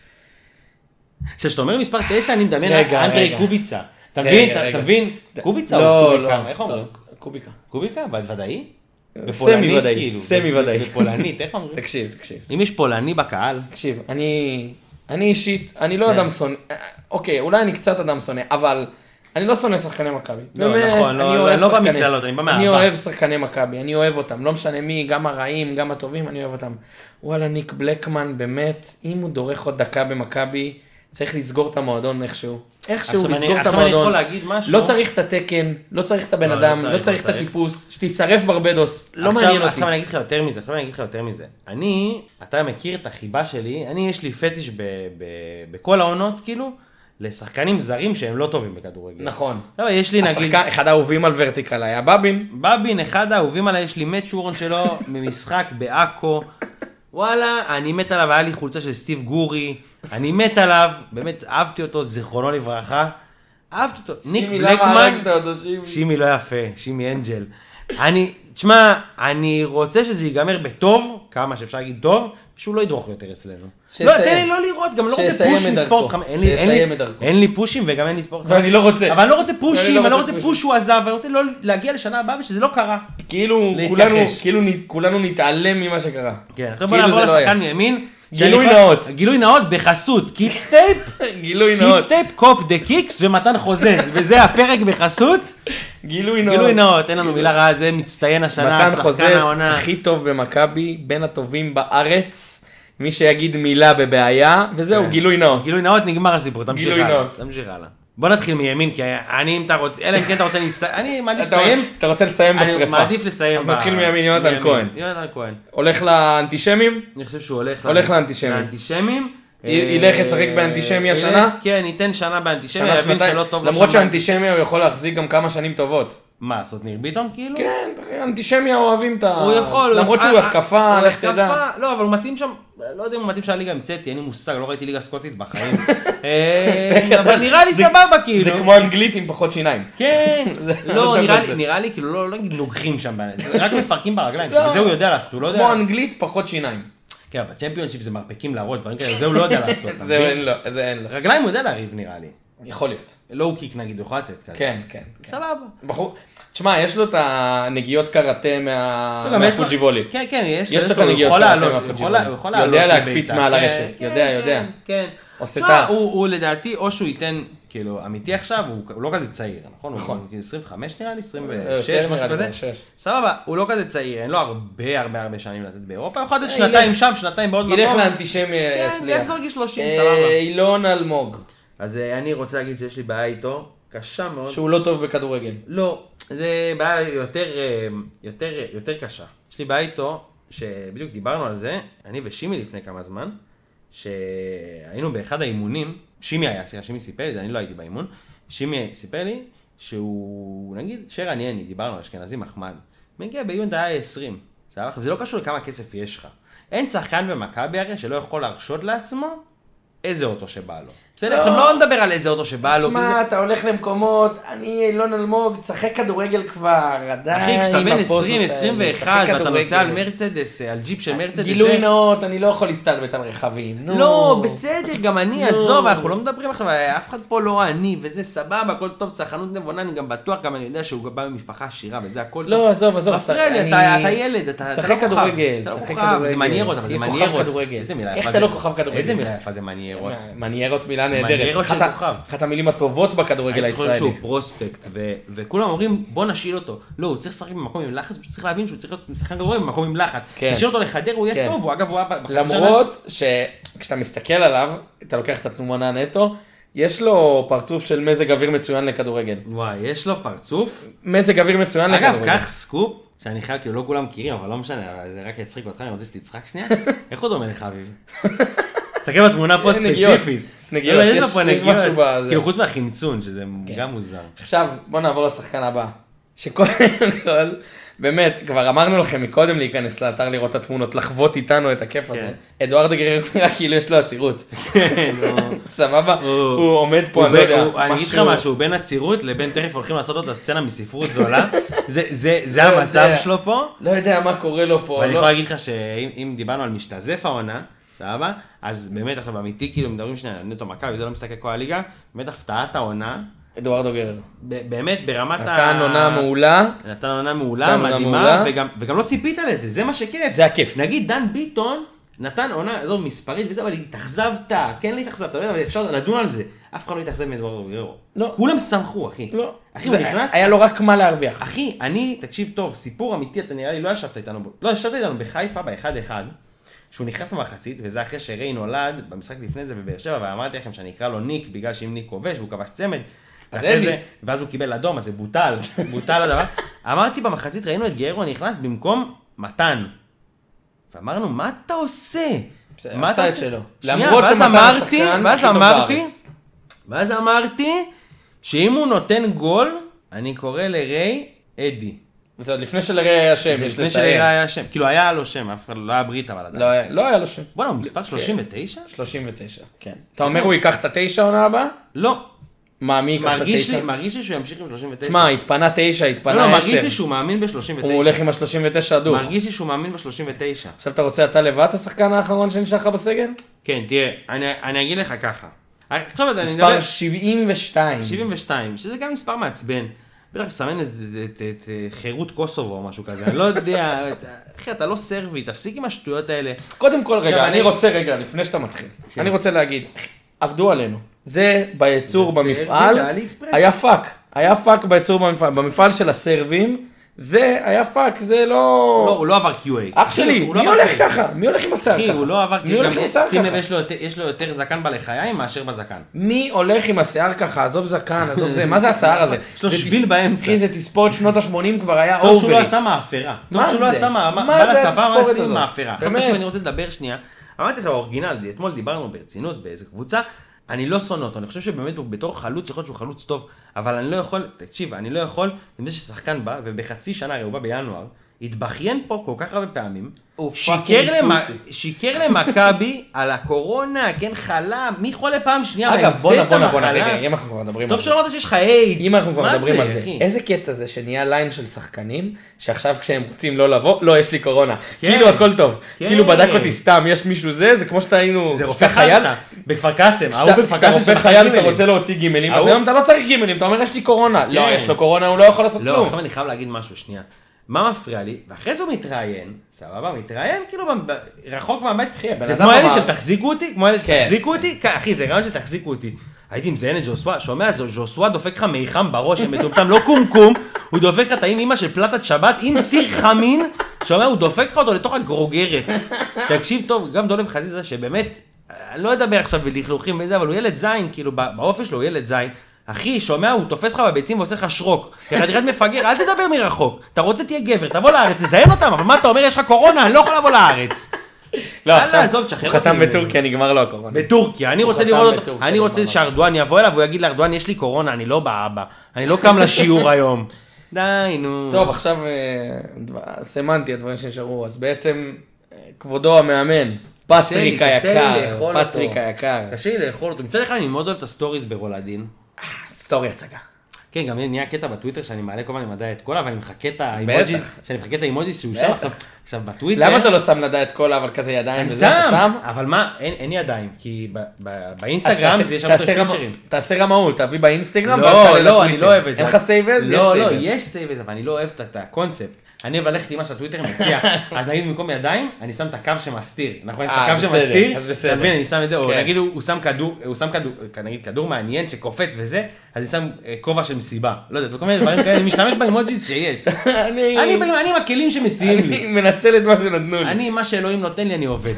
כשאתה אומר מספר תשע, אני מדמיין אנדרי קוביצה. אתה מבין? אתה מבין? קוביצה או קוביקה? איך אומרים? קוביקה. קוביקה? ודאי? סמי ודאי. סמי ודאי. בפולנית, איך אומרים? תקשיב, תקשיב. אם יש פולני בקהל. תקשיב, אני אני אישית, אני לא אדם שונא. אוקיי, אולי אני קצת אדם שונא, אבל אני לא שונא שחקני מכבי. לא, נכון, אני לא במקללות, אני במאהבה. אני אוהב שחקני מכבי, אני אוהב אותם, לא משנה מי, גם הרעים, גם הטובים, אני אוהב אותם. וואלה, ניק בלקמן, באמת, אם הוא דורך עוד דקה במכבי, צריך לסגור את המועדון איכשהו. איכשהו לסגור את המועדון. לא צריך את התקן, לא צריך את הבן אדם, לא צריך את הטיפוס, שתישרף ברבדוס, לא מעניין אותי. עכשיו אני אגיד לך יותר מזה, עכשיו אני אגיד לך יותר מזה. אני, אתה מכיר את החיבה שלי, אני יש לי פטיש בכל העונות, כאילו, לשחקנים זרים שהם לא טובים בכדורגל. נכון. יש לי נגיד... אחד האהובים על ורטיקל היה בבין. בבין, אחד האהובים עליי, יש לי מאט שורון שלו ממשחק באקו. וואלה, אני מת עליו, היה לי חולצה של סטיב גורי, אני מת עליו, באמת אהבתי אותו, זיכרונו לברכה, אהבתי אותו. ניק בלקמן, שימי לא יפה, שימי אנג'ל. אני, תשמע, אני רוצה שזה ייגמר בטוב, כמה שאפשר להגיד טוב, שהוא לא ידרוך יותר אצלנו. לא, תן לי לא לראות, גם לא רוצה פושים ספורט, אין לי פושים וגם אין לי ספורט. ואני לא רוצה. אבל אני לא רוצה פושים, אני לא רוצה פוש שהוא עזב, אני רוצה להגיע לשנה הבאה ושזה לא קרה. כאילו כולנו נתעלם ממה שקרה. כן, עכשיו בוא נעבור לשחקן מימין. גילוי נאות. גילוי נאות בחסות, קיקסטייפ. גילוי נאות. קיקסטייפ, קופ דה קיקס ומתן חוזז, וזה הפרק בחסות. גילוי נאות. גילוי נאות, אין לנו מילה רעה, זה מצטיין השנה, מתן חוזז, הכי טוב במכבי, בין הטובים בארץ, מי שיגיד מילה בבעיה, וזהו, גילוי נאות. גילוי נאות, נגמר הסיפור, תמשיך הלאה. תמשיך הלאה. בוא נתחיל מימין, כי אני, אם אתה רוצה, אלא אם כן אתה רוצה לסיים, אני מעדיף לסיים. אתה רוצה לסיים בשריפה. אני מעדיף לסיים. אז נתחיל מימין, יונתן כהן. יונתן כהן. הולך לאנטישמים? אני חושב שהוא הולך הולך לאנטישמים. לאנטישמים. ילך לשחק באנטישמי השנה? כן, ניתן שנה באנטישמי, יבין שלא טוב לו. למרות שהאנטישמי הוא יכול להחזיק גם כמה שנים טובות. מה, לעשות ניר ביטון כאילו? כן, אנטישמיה אוהבים את ה... הוא יכול. למרות שהוא התקפה, לך תדע. לא, אבל הוא מתאים שם, לא יודע אם הוא מתאים שהליגה המצאתי, אין לי מושג, לא ראיתי ליגה סקוטית בחיים. אבל נראה לי סבבה כאילו. זה כמו אנגלית עם פחות שיניים. כן, לא, נראה לי כאילו לא נגיד נוגחים שם, רק מפרקים ברגליים, שזה הוא יודע לעשות, הוא לא יודע. כמו אנגלית פחות שיניים. כן, בצ'מפיונשיפ זה מרפקים להראות, דברים כאלה, זה הוא לא יודע לעשות. זה אין לו, זה אין לו. רגליים הוא יודע להריב נראה לי. יכול להיות. לואו קיק נגיד, הוא יכול לתת כזה. כן, כן. סבבה. תשמע, יש לו את הנגיעות קראטה מהפוג'יבולי. כן, כן, יש לו את הנגיעות קראטה מהפוג'יבולי. יודע להקפיץ מעל הרשת, יודע, יודע. כן. תשמע, הוא לדעתי, או שהוא ייתן, כאילו, אמיתי עכשיו, הוא לא כזה צעיר, נכון? נכון. הוא עשרים וחמש נראה לי, עשרים ושש, משהו כזה. סבבה, הוא לא כזה צעיר, אין לו הרבה הרבה הרבה שנים לתת באירופה, הוא יכול לתת שנתיים שם, שנתיים בעוד מקום. ילך לאנטישמי יצליח. כן, יחזור גיל שלושים, סבבה. אילון אלמוג. אז אני רוצה להגיד שיש לי בעיה איתו, קשה מאוד. שהוא לא טוב בכדורגל. לא, זה בעיה יותר, יותר, יותר קשה. יש לי בעיה איתו, שבדיוק דיברנו על זה, אני ושימי לפני כמה זמן, שהיינו באחד האימונים, שימי היה, סליחה, שימי סיפר לי, זה אני לא הייתי באימון, שימי סיפר לי שהוא, נגיד, שר ענייני, דיברנו על אשכנזי מחמד, מגיע ביונדאי עשרים, זה לא קשור לכמה כסף יש לך. אין שחקן במכבי הרי שלא יכול להרשות לעצמו איזה אוטו שבא לו. בסדר, אנחנו לא נדבר על איזה אוטו שבא לו. תשמע, אתה הולך למקומות, אני לא נלמוג, תשחק כדורגל כבר, עדיין. אחי, כשאתה בן עשרים, עשרים ואחת, ואתה נוסע על מרצדס, על ג'יפ של מרצדס. גילוי נאות, אני לא יכול להסתלבט על רכבים. לא, בסדר, גם אני, עזוב, אנחנו לא מדברים עכשיו, אף אחד פה לא אני, וזה סבבה, הכל טוב, צרכנות נבונה, אני גם בטוח, גם אני יודע שהוא בא ממשפחה עשירה, וזה הכל טוב. לא, עזוב, עזוב. מפריע לי, אתה ילד, אתה לא כוכב. שחק כדורגל. זה מניירות, אבל זה מניירות. איזה מילה יפה. איך אתה לא כוכב כדורגל? איזה מילה יפה זה מניירות. מניירות מילה נהדרת. אחת המילים הטובות בכדורגל הישראלי. אני חושב שהוא פרוספקט, וכולם אומרים בוא נשאיל אותו. לא, הוא צריך לשחק במקום עם לחץ, הוא צריך להבין שהוא צריך להיות שחקן כדורגל במקום עם לחץ. תשאיר אותו לחדר, הוא יהיה טוב, הוא אגב הוא היה בחצי שנה. למרות שכשאתה מסתכל עליו, אתה לוקח את התמונה נטו, יש לו פרצוף של מזג אוויר מצוין לכדורגל. וואי, יש לו פרצוף? מזג אוויר מצוין לכדורגל. אגב, קח סקופ, שאני חייב, כאילו לא כולם מכירים, אבל לא משנה, זה רק יצחיק אותך, אני רוצה שתצחק שנייה. איך הוא דומה לך, אביב? תסתכל בתמונה פה ספציפית. נגיעות, יש לו פה נגיעות, כאילו חוץ מהחמצון, שזה גם מוזר. עכשיו, בוא נעבור לשחקן הבא. שקודם כל, באמת, כבר אמרנו לכם מקודם להיכנס לאתר לראות את התמונות, לחוות איתנו את הכיף הזה. אדוארדו גררו נראה כאילו יש לו עצירות. סבבה? הוא עומד פה, אני לא יודע. אני אגיד לך משהו, בין עצירות לבין תכף הולכים לעשות לו את הסצנה מספרות זולה. זה המצב שלו פה. לא יודע מה קורה לו פה. ואני יכול להגיד לך שאם דיברנו על משתזף העונה, סבבה? אז באמת עכשיו אמיתי, כאילו מדברים שנייה, נטו מכבי, וזה לא מסתכל כל הליגה, באמת הפתעת העונה. אדוארדו גררו. באמת ברמת ה... נתן עונה מעולה. נתן עונה מעולה, מדהימה, וגם לא ציפית לזה, זה מה שכיף. זה הכיף. נגיד דן ביטון נתן עונה, זו מספרית וזה, אבל התאכזבת, כן להתאכזבת, אבל אפשר לדון על זה. אף אחד לא התאכזב מאדוארדו גררו. לא. כולם שמחו, אחי. לא. אחי, הוא נכנס... היה לו רק מה להרוויח. אחי, אני, תקשיב טוב, סיפור אמיתי, אתה נראה לי, לא ישבת איתנו, לא ישבת איתנו בחיפה ב-אחד אחד. שהוא נכנס למחצית, וזה אחרי שריי נולד במשחק לפני זה בבאר שבע, ואמרתי לכם שאני אקרא לו ניק, בגלל שאם ניק כובש והוא כבש צמד, זה, ואז הוא קיבל אדום, אז זה בוטל, בוטל הדבר. אמרתי במחצית, ראינו את גררו נכנס במקום מתן. ואמרנו, מה אתה עושה? מה אתה עושה? למרות שמתן השחקן, ואז אמרתי, ואז אמרתי, שאם הוא נותן גול, אני קורא לריי אדי. וזה עוד לפני שלרי היה שם. זה לפני שלרי היה שם. כאילו היה לו שם, אף אחד לא היה ברית אבל עדיין. לא היה לו שם. בוא'נה, הוא מספר שלושים ותשע? שלושים ותשע, כן. אתה אומר הוא ייקח את התשע עונה הבאה? לא. מה, מי ייקח את התשע? מרגיש לי שהוא ימשיך עם שלושים ותשע. מה, התפנה תשע, התפנה עשר. לא, מרגיש לי שהוא מאמין ב-שלושים ותשע. הוא הולך עם ה-שלושים ותשע הדוך. מרגיש לי שהוא מאמין ב-שלושים ותשע. עכשיו אתה רוצה אתה לבד השחקן האחרון שנשאר לך בסגל? כן, תראה, אני אגיד לך ככה. מספר שבעים ושתיים. שבעים ושתיים, שזה גם מספר מעצבן. בטח מסמן את חירות קוסובו או משהו כזה, אני לא יודע, אחי, אתה לא סרבי, תפסיק עם השטויות האלה. קודם כל, רגע, אני רוצה, רגע, לפני שאתה מתחיל, אני רוצה להגיד, עבדו עלינו, זה בייצור במפעל, היה פאק, היה פאק בייצור במפעל, במפעל של הסרבים, זה היה פאק, זה לא... לא, הוא לא עבר קיו איי. אח שלי, מי הולך ככה? מי הולך עם השיער ככה? אחי, הוא לא עבר קיו איי. שים לב, יש לו יותר זקן בלחיים מאשר בזקן. מי הולך עם השיער ככה? עזוב זקן, עזוב זה, מה זה השיער הזה? יש לו שביל באמצע. אחי, זה תספורת שנות ה-שמונים כבר היה אוברית. טוב שהוא לא עשה מאפרה. טוב שהוא לא עשה מאפרה. עכשיו תקשיב, אני רוצה לדבר שנייה. אמרתי לך, האורגינל, אתמול דיברנו ברצינות באיזה קבוצה. אני לא שונא אותו, אני חושב שבאמת הוא בתור חלוץ, יכול להיות שהוא חלוץ טוב, אבל אני לא יכול, תקשיב, אני לא יכול, עם זה ששחקן בא, ובחצי שנה, הרי הוא בא בינואר, התבכיין פה כל כך הרבה פעמים, שיקר למכבי על הקורונה, כן חלה, מי חולה פעם שנייה, אגב, בוא בוא בוא רגע, אם אנחנו כבר מדברים על זה. טוב שלא אמרת שיש לך איידס, אם אנחנו כבר מדברים על זה, איזה קטע זה שנהיה ליין של שחקנים, שעכשיו כשהם רוצים לא לבוא, לא, יש לי קורונה, כאילו הכל טוב, כאילו בדק אותי סתם, יש מישהו זה, זה כמו שאתה היינו, זה רופא חייל, בכפר קסם, ההוא בכפר קסם רופא חייל שאתה רוצה להוציא גימלים, אז היום אתה לא צריך גימלים, אתה אומר יש לי קורונה, לא, יש לו קורונה, הוא לא יכול לעשות כלום. לא, עכשיו אני חייב להגיד משהו, שנייה. מה מפריע לי? ואחרי זה הוא מתראיין, סבבה, מתראיין כאילו רחוק מהבית, זה כמו אלה של תחזיקו אותי, כמו אלה של תחזיקו אותי, אחי זה רעיון של תחזיקו אותי, הייתי מזיין את ז'וסווה, שומע, ז'וסווה דופק לך מיחם בראש, מטומטם, לא קומקום, הוא דופק לך טעים אמא של פלטת שבת עם סיר חמין, שומע, הוא דופק לך אותו לתוך הגרוגרת, תקשיב טוב, גם דולב חזיזה שבאמת, אני לא אדבר עכשיו בלכלוכים וזה, אבל הוא ילד זין, כאילו באופן שלו הוא ילד זין, אחי, שומע, הוא תופס לך בביצים ועושה לך שרוק. ככה תרד מפגר, אל תדבר מרחוק. אתה רוצה תהיה גבר, תבוא לארץ, תזיין אותם, אבל מה אתה אומר, יש לך קורונה, אני לא יכול לבוא לארץ. לא, עכשיו, הוא חתם בטורקיה, נגמר לו הקורונה. בטורקיה, אני רוצה לראות אותו, אני רוצה שארדואן יבוא אליו, והוא יגיד לארדואן, יש לי קורונה, אני לא באבא, אני לא קם לשיעור היום. די, נו. טוב, עכשיו, סמנטי, הדברים שנשארו, אז בעצם, כבודו המאמן, פטריק היקר, פטריק היקר. קשה לי לאכול אותו. מצד אחד אני מאוד אוהב את הסטוריז ברולדין. סטורי הצגה. כן, גם נהיה קטע בטוויטר שאני מעלה כל הזמן למדע את קולה, אבל אני מחכה את האימוג'יז, שאני מחכה את האימוג'יז שהוא שם עכשיו, עכשיו בטוויטר. למה אתה לא שם לדע את קולה, אבל כזה ידיים וזה, אתה שם? אבל מה, אין ידיים, כי באינסטגרם זה יש שם פיצ'רים. תעשה רמאות, תביא באינסטגרם, לא, לא, אני לא אוהב את זה. אין לך סייבז? לא, לא, יש סייבז, אבל אני לא אוהב את הקונספט. אני אבל הלכתי מה שהטוויטר מציע, אז נגיד במקום ידיים, אני שם את הקו שמסתיר. נכון, יש את הקו שמסתיר, אתה מבין, אני שם את זה, או נגיד הוא שם כדור, הוא שם כדור, נגיד כדור מעניין שקופץ וזה, אז אני שם כובע של מסיבה. לא יודע, וכל מיני דברים כאלה, אני משתמש באימוג'יז שיש. אני עם הכלים שמציעים לי. אני מנצל את מה שנתנו לי. אני, מה שאלוהים נותן לי, אני עובד.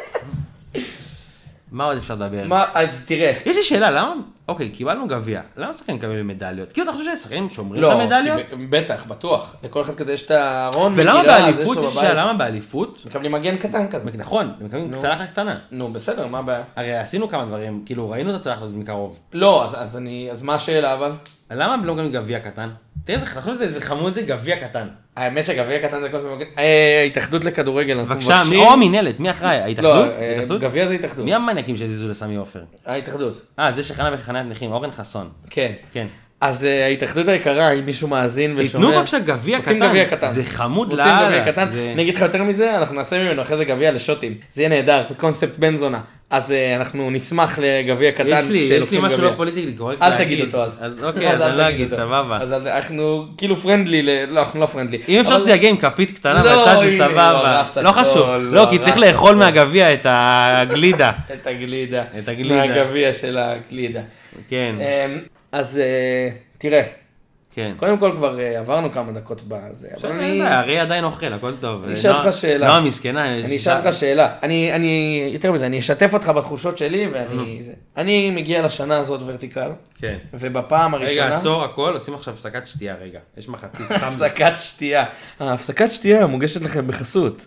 מה עוד אפשר לדבר? מה, אז תראה. יש לי שאלה, למה? אוקיי, קיבלנו גביע. למה שחקנים מקבלים מדליות? כאילו, אתה חושב ששחקנים שומרים את המדליות? לא, בטח, בטוח. לכל אחד כזה יש את הארון. ולמה באליפות, יש שאלה, למה באליפות? מקבלים מגן קטן כזה. נכון, מקבלים צלחת קטנה. נו, בסדר, מה הבעיה? הרי עשינו כמה דברים, כאילו, ראינו את הצלחת הזאת מקרוב. לא, אז אני, אז מה השאלה אבל? למה הם לא מקבלים גביע קטן? תראה, חשוב זה חמוד, זה גביע קטן. האמת שגביע קטן זה כל פעם... ההתאחדות לכדורגל, אנחנו מבקשים... בבקשה, או המנהלת, מי אחראי? ההתאחדות? לא, גביע זה התאחדות. מי המניאקים שהזיזו לסמי עופר? ההתאחדות. אה, זה שחנה וחניית נכים, אורן חסון. כן. כן. אז ההתאחדות היקרה, אם מישהו מאזין ושומע... תתנו בבקשה גביע קטן. רוצים גביע קטן. זה חמוד רוצים גביע קטן. אני אגיד לך יותר מזה, אנחנו נעשה ממנו אחרי זה גביע לשוטים. זה יהיה נהדר, קונספט בן זונה. אז אנחנו נשמח לגביע קטן. יש לי, יש לי משהו לא פוליטיקלי קורקט. אל תגיד אותו אז. אז אוקיי, אז אני לא אגיד, סבבה. אז אנחנו כאילו פרנדלי, לא, אנחנו לא פרנדלי. אם אפשר שזה יגיע עם כפית קטנה בצד זה סבבה. לא חשוב. לא, כי צריך לאכול מהגביע את הגלידה. את הגלידה. את הגלידה. מהגביע של הגלידה. כן. אז תראה. כן. קודם כל כבר עברנו כמה דקות בזה, אבל אני... הרי עדיין אוכל, הכל טוב. אני אשאל אותך שאלה. לא, מסכנה. אני אשאל אותך שאלה. אני, אני, יותר מזה, אני אשתף אותך בתחושות שלי, ואני... אני מגיע לשנה הזאת ורטיקל. כן. ובפעם הראשונה... רגע, עצור הכל, עושים עכשיו הפסקת שתייה, רגע. יש מחצית. הפסקת שתייה. ההפסקת שתייה מוגשת לכם בחסות.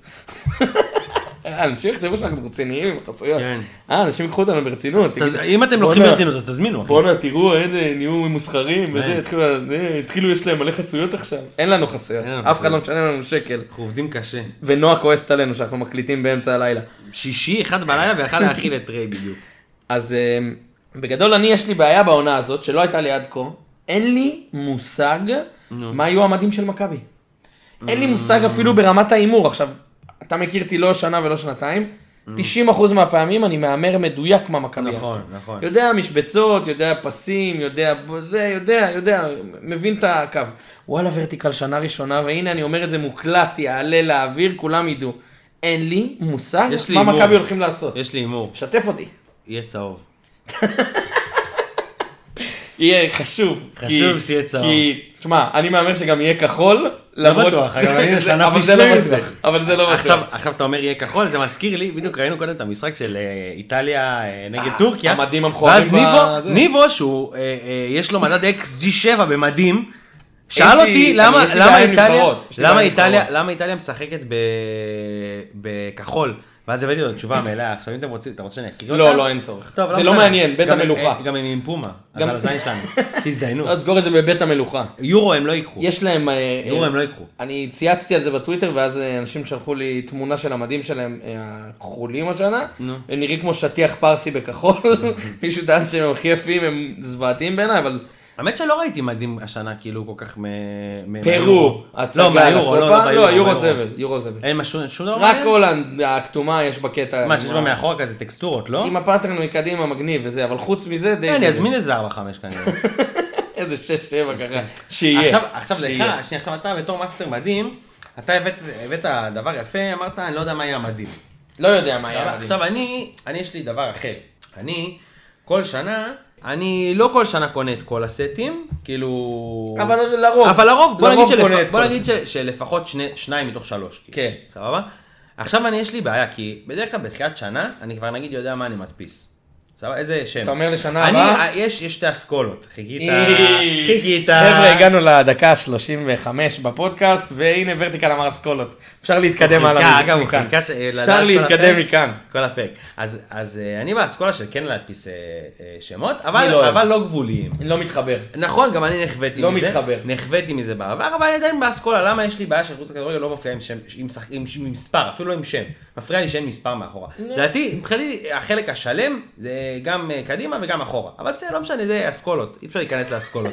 אנשים יחשבו שאנחנו רציניים עם החסויות. כן. אה, אנשים יקחו אותנו ברצינות. אם אתם לוקחים ברצינות, אז תזמינו. בוא'נה, תראו, איזה נהיו מוסחרים, וזה, התחילו, יש להם מלא חסויות עכשיו. אין לנו חסויות, אף אחד לא משנה לנו שקל. אנחנו עובדים קשה. ונועה כועסת עלינו שאנחנו מקליטים באמצע הלילה. שישי, אחד בלילה, ואחד להכיל את ריי בדיוק. אז בגדול, אני יש לי בעיה בעונה הזאת, שלא הייתה לי עד כה. אין לי מושג מה היו המדים של מכבי. אין לי מושג אפילו ברמת האימור. עכשיו, אתה מכיר אותי לא שנה ולא שנתיים, תשעים אחוז מהפעמים אני מאמר מדויק מה מכבי עשו. נכון, נכון. יודע משבצות, יודע פסים, יודע זה, יודע, יודע, מבין את הקו. וואלה ורטיקל שנה ראשונה, והנה אני אומר את זה מוקלט, יעלה לאוויר, כולם ידעו. אין לי מושג מה מכבי הולכים לעשות. יש לי אימור. שתף אותי. יהיה צהוב. יהיה חשוב. חשוב שיהיה צהוב. כי, תשמע, אני מאמר שגם יהיה כחול. לא בטוח, אבל זה לא בטוח. אבל זה לא בטוח. עכשיו אתה אומר יהיה כחול, זה מזכיר לי, בדיוק ראינו קודם את המשחק של איטליה נגד טורקיה. המדים המכוערים. ואז ניבו, שהוא, יש לו מדד אקס ג'י שבע במדים, שאל אותי למה איטליה משחקת בכחול. ואז הבאתי לו תשובה מלאה, עכשיו אם אתם רוצים, אתה רוצה שאני אקריא אותה? לא, לא, אין צורך. זה לא מעניין, בית המלוכה. גם הם עם פומה, אז על הזין שלנו, שיזדיינו. לא, תסגור את זה בבית המלוכה. יורו הם לא ייקחו. יש להם... יורו הם לא ייקחו. אני צייצתי על זה בטוויטר, ואז אנשים שלחו לי תמונה של המדים שלהם, הכחולים עוד שנה, הם נראים כמו שטיח פרסי בכחול, מישהו טען שהם הכי יפים, הם זוועתיים בעיניי, אבל... האמת שלא ראיתי מדים השנה כאילו כל כך מ... פרו, לא, מהיורו, לא, לא, יורו זבל, יורו זבל. אין משהו, שום דבר? רק הולנד, הכתומה יש בקטע. מה, שיש בה מאחורה כזה טקסטורות, לא? עם הפאטרן מקדימה מגניב וזה, אבל חוץ מזה די... אני אזמין איזה ארבע חמש כנראה. איזה שש שבע ככה, שיהיה. עכשיו לך, שנייה, עכשיו אתה בתור מאסטר מדים, אתה הבאת דבר יפה, אמרת, אני לא יודע מה יהיה המדים. לא יודע מה יהיה המדים. עכשיו אני, אני יש לי דבר אחר. אני, כל שנה... אני לא כל שנה קונה את כל הסטים, כאילו... אבל לרוב. אבל לרוב, בוא נגיד, שלפ... בוא נגיד ש... שלפחות שני... שניים מתוך שלוש. כן. סבבה? עכשיו אני יש לי בעיה, כי בדרך כלל בתחילת שנה, אני כבר נגיד יודע מה אני מדפיס. איזה שם? אתה אומר לשנה הבאה? יש שתי אסכולות, חיכית, חיכית. חבר'ה, הגענו לדקה שלושים וחמש בפודקאסט, והנה ורטיקל אמר אסכולות. אפשר להתקדם הלאה. אגב, אפשר להתקדם מכאן. כל הפרק. אז אני באסכולה של כן להדפיס שמות, אבל לא גבוליים. לא מתחבר. נכון, גם אני נחוויתי מזה. לא מתחבר. נחוויתי מזה בעבר, אבל עדיין באסכולה, למה יש לי בעיה של חוץ הכדורגל לא מופיע עם מספר, אפילו לא עם שם. מפריע לי שאין מספר מאחורה. לדעתי, מבחינתי, החלק השלם זה גם קדימה וגם אחורה. אבל בסדר, לא משנה, זה אסכולות. אי אפשר להיכנס לאסכולות.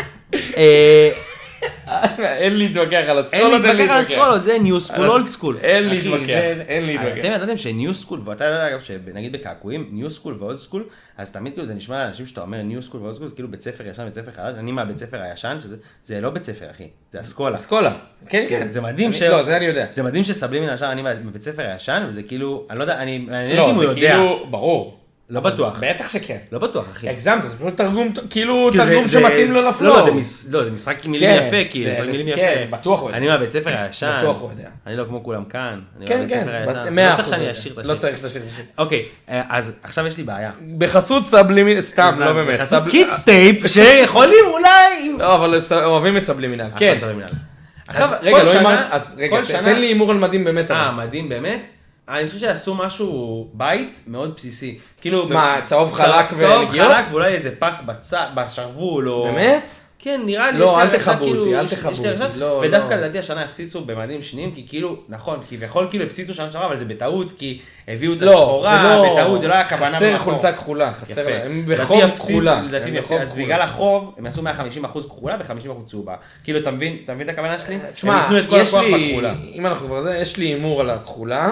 אין להתווכח על אסכולות. אין להתווכח על אסכולות, זה ניו סקול, אולד סקול. אין להתווכח, אין להתווכח. אתם ידעתם שניו סקול, ואתה יודע אגב, שנגיד בקעקועים, ניו סקול ואולד סקול, אז תמיד כאילו זה נשמע לאנשים שאתה אומר ניו סקול ואולד סקול, זה כאילו בית ספר ישן, בית ספר חדש, אני מהבית ספר הישן, זה לא בית ספר אחי, זה אסכולה. אסכולה, כן כן. זה מדהים ש... לא, זה אני יודע. זה מדהים שסבלים מן השאר, אני בבית ספר הישן, וזה כאילו, אני לא יודע, אני... לא, זה כאילו, ברור. לא בטוח. בטח שכן. לא בטוח, אחי. הגזמת, זה פשוט תרגום, כאילו תרגום שמתאים לו לפלואו. לא, זה משחק מילים יפה, כאילו, משחק מילים יפה. כן, בטוח הוא יודע. אני מהבית ספר הישן. בטוח הוא יודע. אני לא כמו כולם כאן. כן, כן. לא צריך שאני אשאיר את השיר. לא צריך לשיר את השיר. אוקיי, אז עכשיו יש לי בעיה. בחסות סאבלימינל, סתם, לא באמת. בחסות קידסטייפ, שיכולים אולי... לא, אבל אוהבים את סאבלימינל. כן. עכשיו, רגע, לא אמרת, אז רגע, תן לי הימור על מדים באמת. אה, מדים באמת? אני חושב שעשו משהו בית מאוד בסיסי. כאילו... מה, צהוב חלק ונגיעות? צהוב חלק ואולי איזה פס בשרוול או... באמת? כן, נראה לי... לא, אל תחבו אותי, אל תחבו אותי. ודווקא לדעתי השנה הפסיצו במדים שניים, כי כאילו, נכון, כביכול כאילו הפסיצו שנה שעברה, אבל זה בטעות, כי הביאו את השחורה, בטעות, זה לא היה כוונה חסר חולצה כחולה, חסר, הם בחוב כחולה. אז בגלל החוב, הם עשו מאה וחמישים אחוז כחולה ו-חמישים אחוז צהובה. כאילו, אתה מבין את הכוונה שלי? תשמע, יש לי, אם אנחנו כבר זה, יש לי הימור על הכחולה,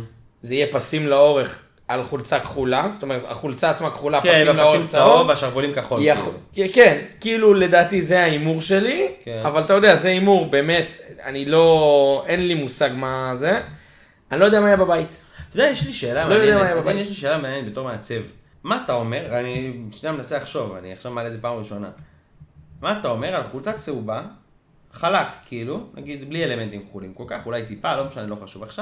זה יהיה פסים לאורך. על חולצה כחולה, זאת אומרת, החולצה עצמה כחולה, כן, פסים לאורך צהוב, והשרוולים כחול. כן, כאילו לדעתי זה ההימור שלי, אבל אתה יודע, זה הימור באמת, אני לא, אין לי מושג מה זה, אני לא יודע מה היה בבית. אתה יודע, יש לי שאלה מעניינת, יש לי שאלה מעניינת בתור מעצב. מה אתה אומר, אני שנייה מנסה לחשוב, אני עכשיו מעלה את זה פעם ראשונה. מה אתה אומר על חולצה צהובה, חלק, כאילו, נגיד בלי אלמנטים כחולים כל כך, אולי טיפה, לא משנה, לא חשוב עכשיו.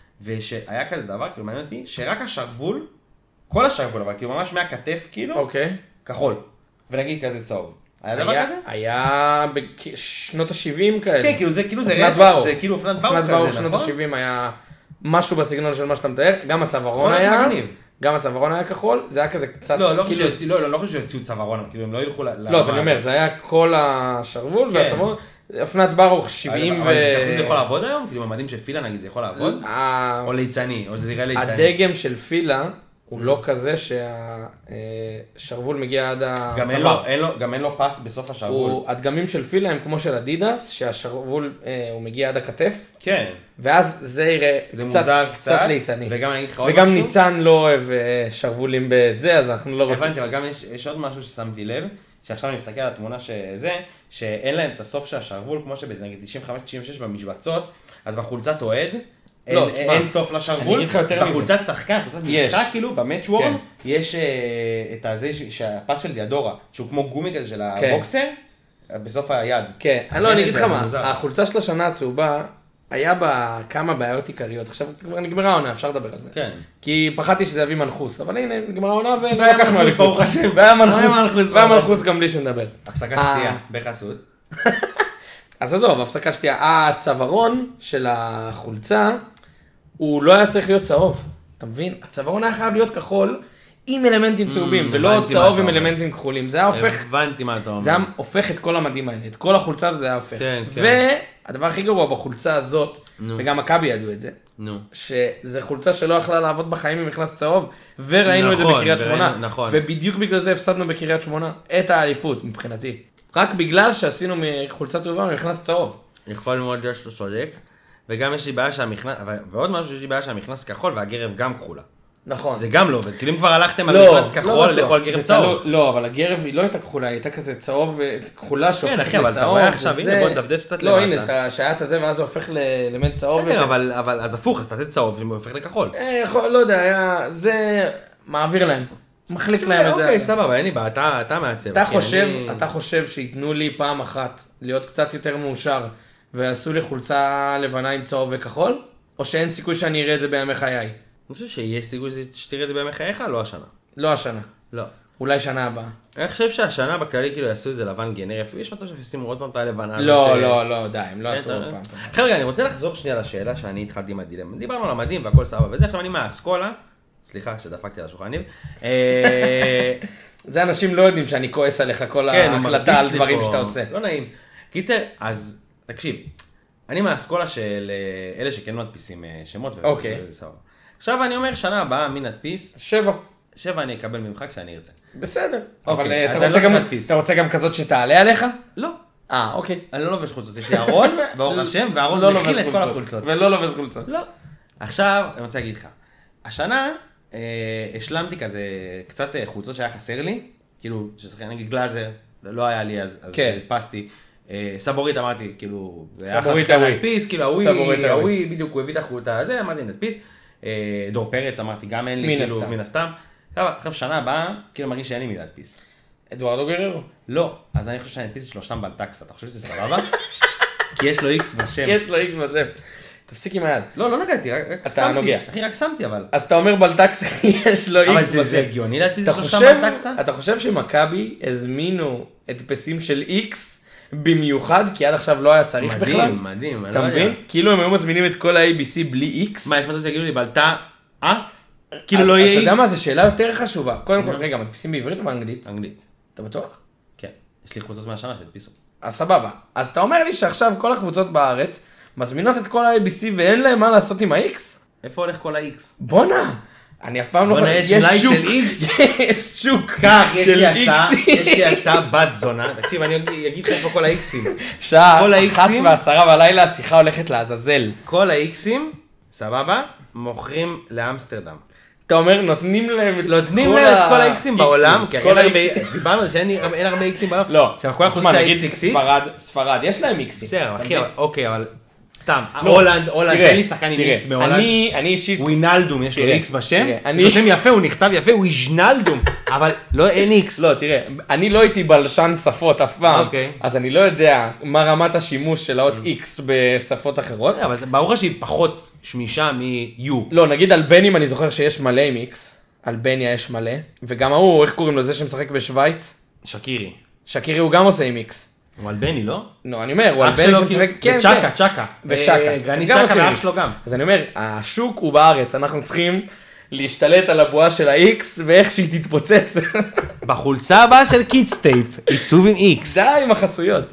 ושהיה כזה דבר, כאילו מעניין אותי, שרק השרוול, כל השרוול, אבל כאילו ממש מהכתף, כאילו, אוקיי. כחול. ונגיד כזה צהוב. היה דבר כזה? היה בשנות ה-שבעים כאלה. כן, כאילו זה כאילו זה אופנת ברוך. זה כאילו אופנת ברוך כזה, נכון? אופנת נכון? ברוך שנות ה-שבעים היה משהו בסגנון של מה שאתה מתאר, גם הצווארון היה, גם הצווארון היה כחול, זה היה כזה קצת... לא, לא חושב שיוציאו צווארון, כאילו הם לא ילכו ל... לא, אז אני אומר, זה היה כל השרוול והצווארון. אופנת ברוך שבעים ו... אבל זה יכול לעבוד היום? כאילו במדים של פילה נגיד זה יכול לעבוד? או ליצני, או שזה יראה ליצני. הדגם של פילה הוא לא כזה שהשרוול מגיע עד הצוואר. גם אין לו פס בסוף השרוול. הדגמים של פילה הם כמו של אדידס, שהשרוול הוא מגיע עד הכתף. כן. ואז זה יראה קצת ליצני. וגם אני אגיד לך עוד משהו. וגם ניצן לא אוהב שרוולים בזה, אז אנחנו לא רוצים. הבנתי, אבל גם יש עוד משהו ששמתי לב. שעכשיו אני מסתכל על התמונה שזה, שאין להם את הסוף של השרוול, כמו שבנגיד תשעים וחמש תשעים ושש במשבצות, אז בחולצת אוהד, אין סוף לשרוול, בחולצת שחקן, בחולצת משחק כאילו, במצ'וורן, יש את הזה, שהפס של דיאדורה, שהוא כמו גומי כזה של הבוקסר, בסוף היד. כן, לא, אני אגיד לך מה, החולצה של השנה הצהובה, היה בה כמה בעיות עיקריות, עכשיו נגמרה העונה, אפשר לדבר על זה. כן. כי פחדתי שזה יביא מנחוס, אבל הנה, נגמרה העונה ולא לקחנו אליפות. ברוך השם. והיה מנחוס, והיה מנחוס גם בלי שנדבר. הפסקה שתייה, בחסות. אז עזוב, הפסקה שתייה. הצווארון של החולצה, הוא לא היה צריך להיות צהוב. אתה מבין? הצווארון היה חייב להיות כחול, עם אלמנטים צהובים, ולא צהוב עם אלמנטים כחולים. זה היה הופך... הבנתי מה אתה אומר. זה היה הופך את כל המדים האלה, את כל החולצה הזאת זה היה הופך. כן, כן. והדבר הכי גרוע בחולצה הזאת, וגם מכבי ידעו את זה, שזה חולצה שלא יכלה לעבוד בחיים עם מכנס צהוב, וראינו את זה בקריית שמונה. ובדיוק בגלל זה הפסדנו בקריית שמונה את האליפות מבחינתי. רק בגלל שעשינו מחולצה טובה ממכנס צהוב. יכול מאוד להיות שאתה צודק, וגם יש לי בעיה שהמכנס, ועוד משהו שיש לי בעיה שהמכנס כחול והגרב גם כחולה. נכון. זה גם לא עובד, כאילו אם כבר הלכתם על מכנס כחול, לכו על גרב צהוב. לא, אבל הגרב היא לא הייתה כחולה, היא הייתה כזה צהוב, כחולה שהופך לצהוב. כן, אחי, אבל אתה רואה עכשיו, הנה בוא נדפדף קצת למטה. לא, הנה, שהיה את זה ואז זה הופך לאלמנט צהוב. בסדר, אבל אז הפוך, אז תעשה צהוב והוא הופך לכחול. לא יודע, זה מעביר להם. מחליק להם את זה. אוקיי, סבבה, אין לי בעיה, אתה מעצב. אתה חושב שיתנו לי פעם אחת להיות קצת יותר מאושר, ועשו לי חולצה לבנה עם צהוב וכחול? או שאין סיכוי שאני אראה את זה בימי חיי? אני חושב שיש סיכוי שתראה את זה בימי חייך, לא השנה. לא השנה. לא. אולי שנה הבאה. אני חושב שהשנה בכללי כאילו יעשו איזה לבן גנרי, אפילו יש מצב שישימו עוד פעם את הלבנה. לא, לא, לא, די, הם לא עשו עוד פעם. חבר'ה, אני רוצה לחזור שנייה לשאלה שאני התחלתי עם הדילמה. דיברנו על המדים והכל סבבה, וזה עכשיו אני מהאסכולה, סליחה שדפקתי על השולחנים. זה אנשים לא יודעים שאני כועס עליך כל ההקלטה על דברים שאתה עושה. לא נעים. קיצר, אז תקשיב, אני מהאסכולה של אלה שכן מדפיסים שמות. אוקיי. עכשיו אני אומר, שנה הבאה מי נדפיס? שבע. שבע אני אקבל ממך כשאני ארצה. בסדר. אבל אתה רוצה גם כזאת שתעלה עליך? לא. אה, אוקיי. אני לא לובש חולצות, יש לי ארון, ואור השם, וארון מכיל את כל החולצות. ולא לובש חולצות. לא. עכשיו, אני רוצה להגיד לך, השנה השלמתי כזה קצת חולצות שהיה חסר לי, כאילו, נגיד גלאזר, לא היה לי, אז הדפסתי. סבורית אמרתי, כאילו, סבורית הווי. נדפיס, כאילו, הווי, בדיוק, הוא הביא את החולצה הזה, אמרתי נדפיס. דור פרץ אמרתי, גם אין לי, כאילו, מן הסתם. עכשיו, שנה הבאה, כאילו מרגיש שאין לי מי להדפיס. אדוארדו גררו? לא, אז אני חושב שאני אדפיס את שלושתם בלטקסה, אתה חושב שזה סבבה? כי יש לו איקס בשם. כי יש לו איקס בשם. תפסיק עם היד. לא, לא נגעתי, רק שמתי. אתה נוגע. אחי, רק שמתי אבל. אז אתה אומר בלטקסה, יש לו איקס בשם. אבל זה הגיוני להדפיס את שלושתם בלטקסה? אתה חושב שמכבי הזמינו הדפסים של איקס במיוחד, כי עד עכשיו לא היה צריך בכלל? מדהים, מדהים. אתה מבין? כאילו הם היו מזמינים את כל ה-איי בי סי בלי איקס. מה, יש מצב שיגידו לי בלטה, אה? כאילו לא יהיה איקס. אתה יודע מה, זו שאלה יותר חשובה. קודם כל, רגע, מדפיסים בעברית או באנגלית? אנגלית. אתה בטוח? כן. יש לי קבוצות מהשנה שהדפיסו. אז סבבה. אז אתה אומר לי שעכשיו כל הקבוצות בארץ מזמינות את כל ה-איי בי סי ואין להם מה לעשות עם ה-X? איפה הולך כל ה-X? בונה. אני אף פעם לא... בונה, יש מלאי של X. יש שוק כך, יש של לי הצעה, X. יש לי הצעה בת זונה. תקשיב, אני אגיד לך איפה כל ה-Xים. שעה אחת ועשרה בלילה השיחה הולכת לעזאזל. כל ה-Xים, סבבה, מוכרים לאמסטרדם. אתה אומר, נותנים להם נותנים להם את כל ה-Xים בעולם, כי דיברנו על זה שאין הרבה Xים בעולם. לא, תשמע, נגיד ספרד, יש להם Xים. בסדר, אוקיי, אבל... סתם, הולנד, הולנד, אין לי שחקן עם איקס בהולנד. אני אישית... ווינלדום, יש לו איקס בשם. יש לו שם יפה, הוא נכתב יפה, הוא איז'נלדום. אבל לא, אין איקס. לא, תראה, אני לא הייתי בלשן שפות אף פעם. אז אני לא יודע מה רמת השימוש של האות איקס בשפות אחרות. אבל ברור שהיא פחות שמישה מ-U. לא, נגיד על בנים אני זוכר שיש מלא עם איקס. על בניה יש מלא. וגם הוא, איך קוראים לו, זה שמשחק בשוויץ? שקירי. שקירי הוא גם עושה עם איקס. הוא על בני, לא? לא, אני אומר, הוא על בני שמשחק, כן, וצ'קה, צ'קה. וצ'קה. גרנית צ'קה ואח שלו גם. אז אני אומר, השוק הוא בארץ, אנחנו צריכים להשתלט על הבועה של ה-X ואיך שהיא תתפוצץ. בחולצה הבאה של קידסטייפ, עיצוב עם X. די עם החסויות.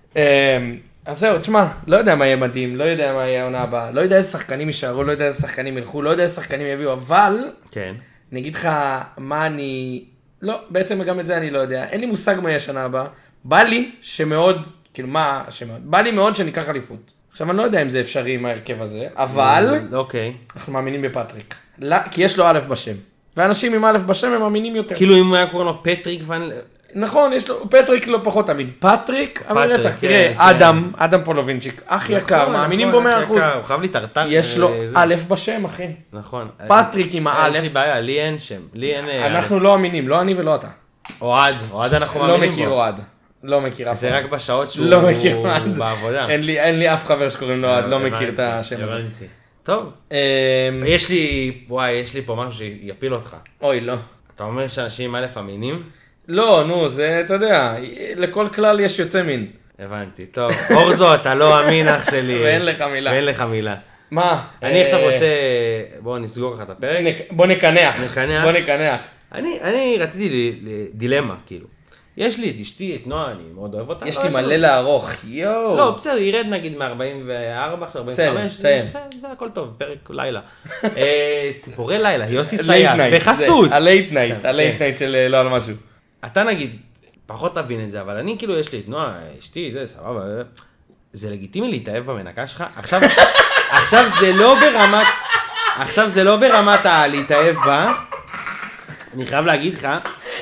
אז זהו, תשמע, לא יודע מה יהיה מדהים, לא יודע מה יהיה העונה הבאה, לא יודע איזה שחקנים יישארו, לא יודע איזה שחקנים ילכו, לא יודע איזה שחקנים יביאו, אבל, אני אגיד לך מה אני, לא, בעצם גם את זה אני לא יודע, אין לי מושג מה יהיה השנה הבאה. בא לי שמאוד, כאילו מה, שמאוד, בא לי מאוד שניקח אליפות. עכשיו אני לא יודע אם זה אפשרי עם ההרכב הזה, אבל, אוקיי. אנחנו מאמינים בפטריק. כי יש לו א' בשם. ואנשים עם א' בשם הם מאמינים יותר. כאילו אם היה קוראים לו פטריק ואני... נכון, יש לו, פטריק לא פחות תמיד. פטריק, אבל רצח, תראה, אדם, אדם פולובינצ'יק, אח יקר, מאמינים בו מאה אחוז. הוא חייב לי טרטר. יש לו א' בשם, אחי. נכון. פטריק עם האלף. יש לי בעיה, לי אין שם. לי אין... אנחנו לא אמינים, לא אני ולא אתה. אוהד, אוהד אנחנו מאמינים בו. לא מכיר אוהד. לא מכיר אף אחד. זה רק בשעות שהוא לא מכיר בעבודה. אין לי אף חבר שקוראים לו אוהד, לא מכיר את השם הזה. טוב. יש לי, וואי, יש לי פה משהו שיפיל אותך. אוי, לא. אתה אומר שאנשים א' אמינים? לא, נו, זה, אתה יודע, לכל כלל יש יוצא מין. הבנתי, טוב. אורזו, אתה לא אמין אח שלי. ואין לך מילה. ואין לך מילה. מה? אני עכשיו רוצה, בוא נסגור לך את הפרק. בוא נקנח. נקנח. בוא נקנח. אני רציתי דילמה, כאילו. יש לי את אשתי, את נועה, אני מאוד אוהב אותה. יש לי מלא לערוך, יואו. לא, בסדר, ירד נגיד מ-ארבעים וארבע, עכשיו ארבעים וחמש. סיים, סיים. זה הכל טוב, פרק לילה. ציפורי לילה, יוסי סייס, בחסות. הלייט נייט, הלייט נייט של לא על משהו. אתה נגיד, פחות תבין את זה, אבל אני כאילו יש לי את נועה, אשתי, זה סבבה. זה לגיטימי להתאהב במנקה שלך? עכשיו זה לא ברמת, עכשיו זה לא ברמת להתאהב בה. אני חייב להגיד לך,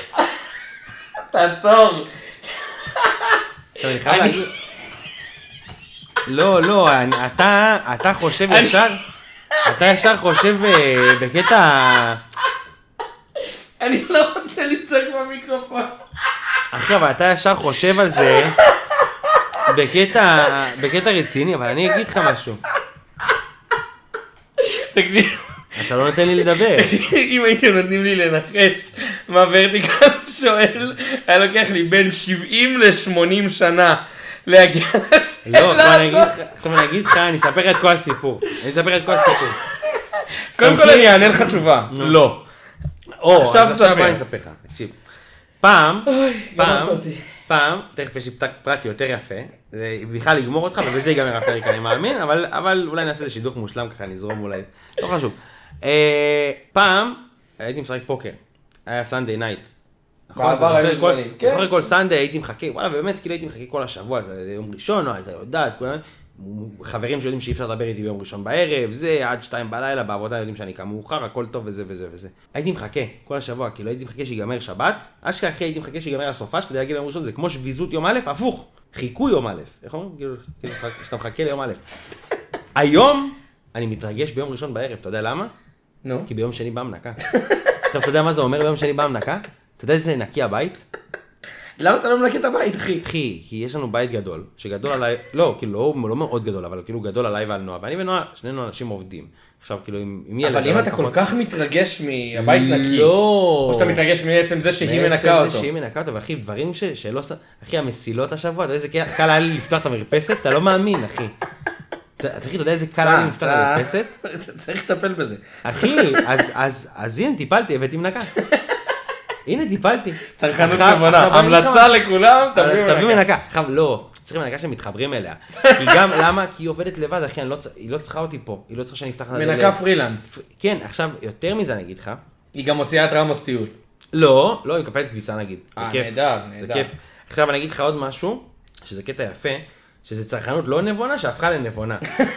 תעצור. אני חייב להגיד... לא, לא, אתה, אתה חושב ישר, אתה ישר חושב בקטע... אני לא רוצה לצעוק במיקרופון. אחי, אבל אתה ישר חושב על זה בקטע, בקטע רציני, אבל אני אגיד לך משהו. תקשיב, אתה לא נותן לי לדבר. אם הייתם נותנים לי לנחש מה ורטיקל שואל, היה לוקח לי בין שבעים ל-שמונים שנה להגיע לא, עכשיו אני אגיד לך, אני אספר את כל הסיפור. אני אספר את כל הסיפור. קודם כל אני אענה לך תשובה. לא. עכשיו תספר. אני אספר לך, תקשיב. פעם, פעם, פעם, תכף יש לי פרט יותר יפה, זה בכלל לגמור אותך, ובזה ייגמר הפרק, אני מאמין, אבל אולי נעשה איזה שידוך מושלם ככה, נזרום אולי, לא חשוב. פעם, הייתי משחק פוקר, היה סנדיי נייט. בעבר היו זמנים, כן. אחרי כל סנדיי הייתי מחכה, וואלה, באמת, כאילו הייתי מחכה כל השבוע, יום ראשון, לא, הייתה יודעת, חברים שיודעים שאי אפשר לדבר איתי ביום ראשון בערב, זה עד שתיים בלילה, בעבודה יודעים שאני קם מאוחר, הכל טוב וזה וזה וזה. הייתי מחכה כל השבוע, כאילו הייתי מחכה שיגמר שבת, אשכרה אחרי הייתי מחכה שיגמר הסופש, כדי להגיד ליום ראשון, זה כמו שביזות יום א', הפוך, חיכו יום א', איך אומרים? כאילו, שאתה מחכה ליום א'. היום אני מתרגש ביום ראשון בערב, אתה יודע למה? נו. כי ביום שני בא מנקה. עכשיו, אתה יודע מה זה אומר ביום שני בא מנקה? אתה יודע איזה נקי הבית? למה אתה לא מנקה את הבית, אחי? אחי, כי יש לנו בית גדול, שגדול עליי, לא, כאילו, לא, לא מאוד גדול, אבל כאילו גדול עליי ועל נועה, ואני ונועה, שנינו אנשים עובדים. עכשיו, כאילו, עם ילד... אבל אם אתה כל כך מתרגש מהבית נקי, לא. או שאתה מתרגש מעצם זה שהיא מנקה אותו. מעצם זה שהיא מנקה אותו, ואחי, דברים שלא... אחי, המסילות השבוע, אתה יודע איזה קל היה לי לפתוח את המרפסת? אתה לא מאמין, אחי. אחי, אתה יודע איזה קל היה לי לפתוח את המרפסת? אתה צריך לטפל בזה. אחי, אז הנה, טיפלתי, הבאתי מנקה. הנה, טיפלתי. צרכנות נבונה, המלצה לכולם, תביא מנקה. עכשיו, לא, צריך מנקה שמתחברים אליה. כי גם, למה? כי היא עובדת לבד, אחי, היא לא צריכה אותי פה, היא לא צריכה שאני אפתח את הדלת. מנקה פרילנס. כן, עכשיו, יותר מזה אני אגיד לך. היא גם מוציאה את רמוס טיול. לא, לא, היא מקפלת כביסה נגיד. אה, נהדר, נהדר. עכשיו, אני אגיד לך עוד משהו, שזה קטע יפה, שזה צרכנות לא נבונה, שהפכה לנבונה.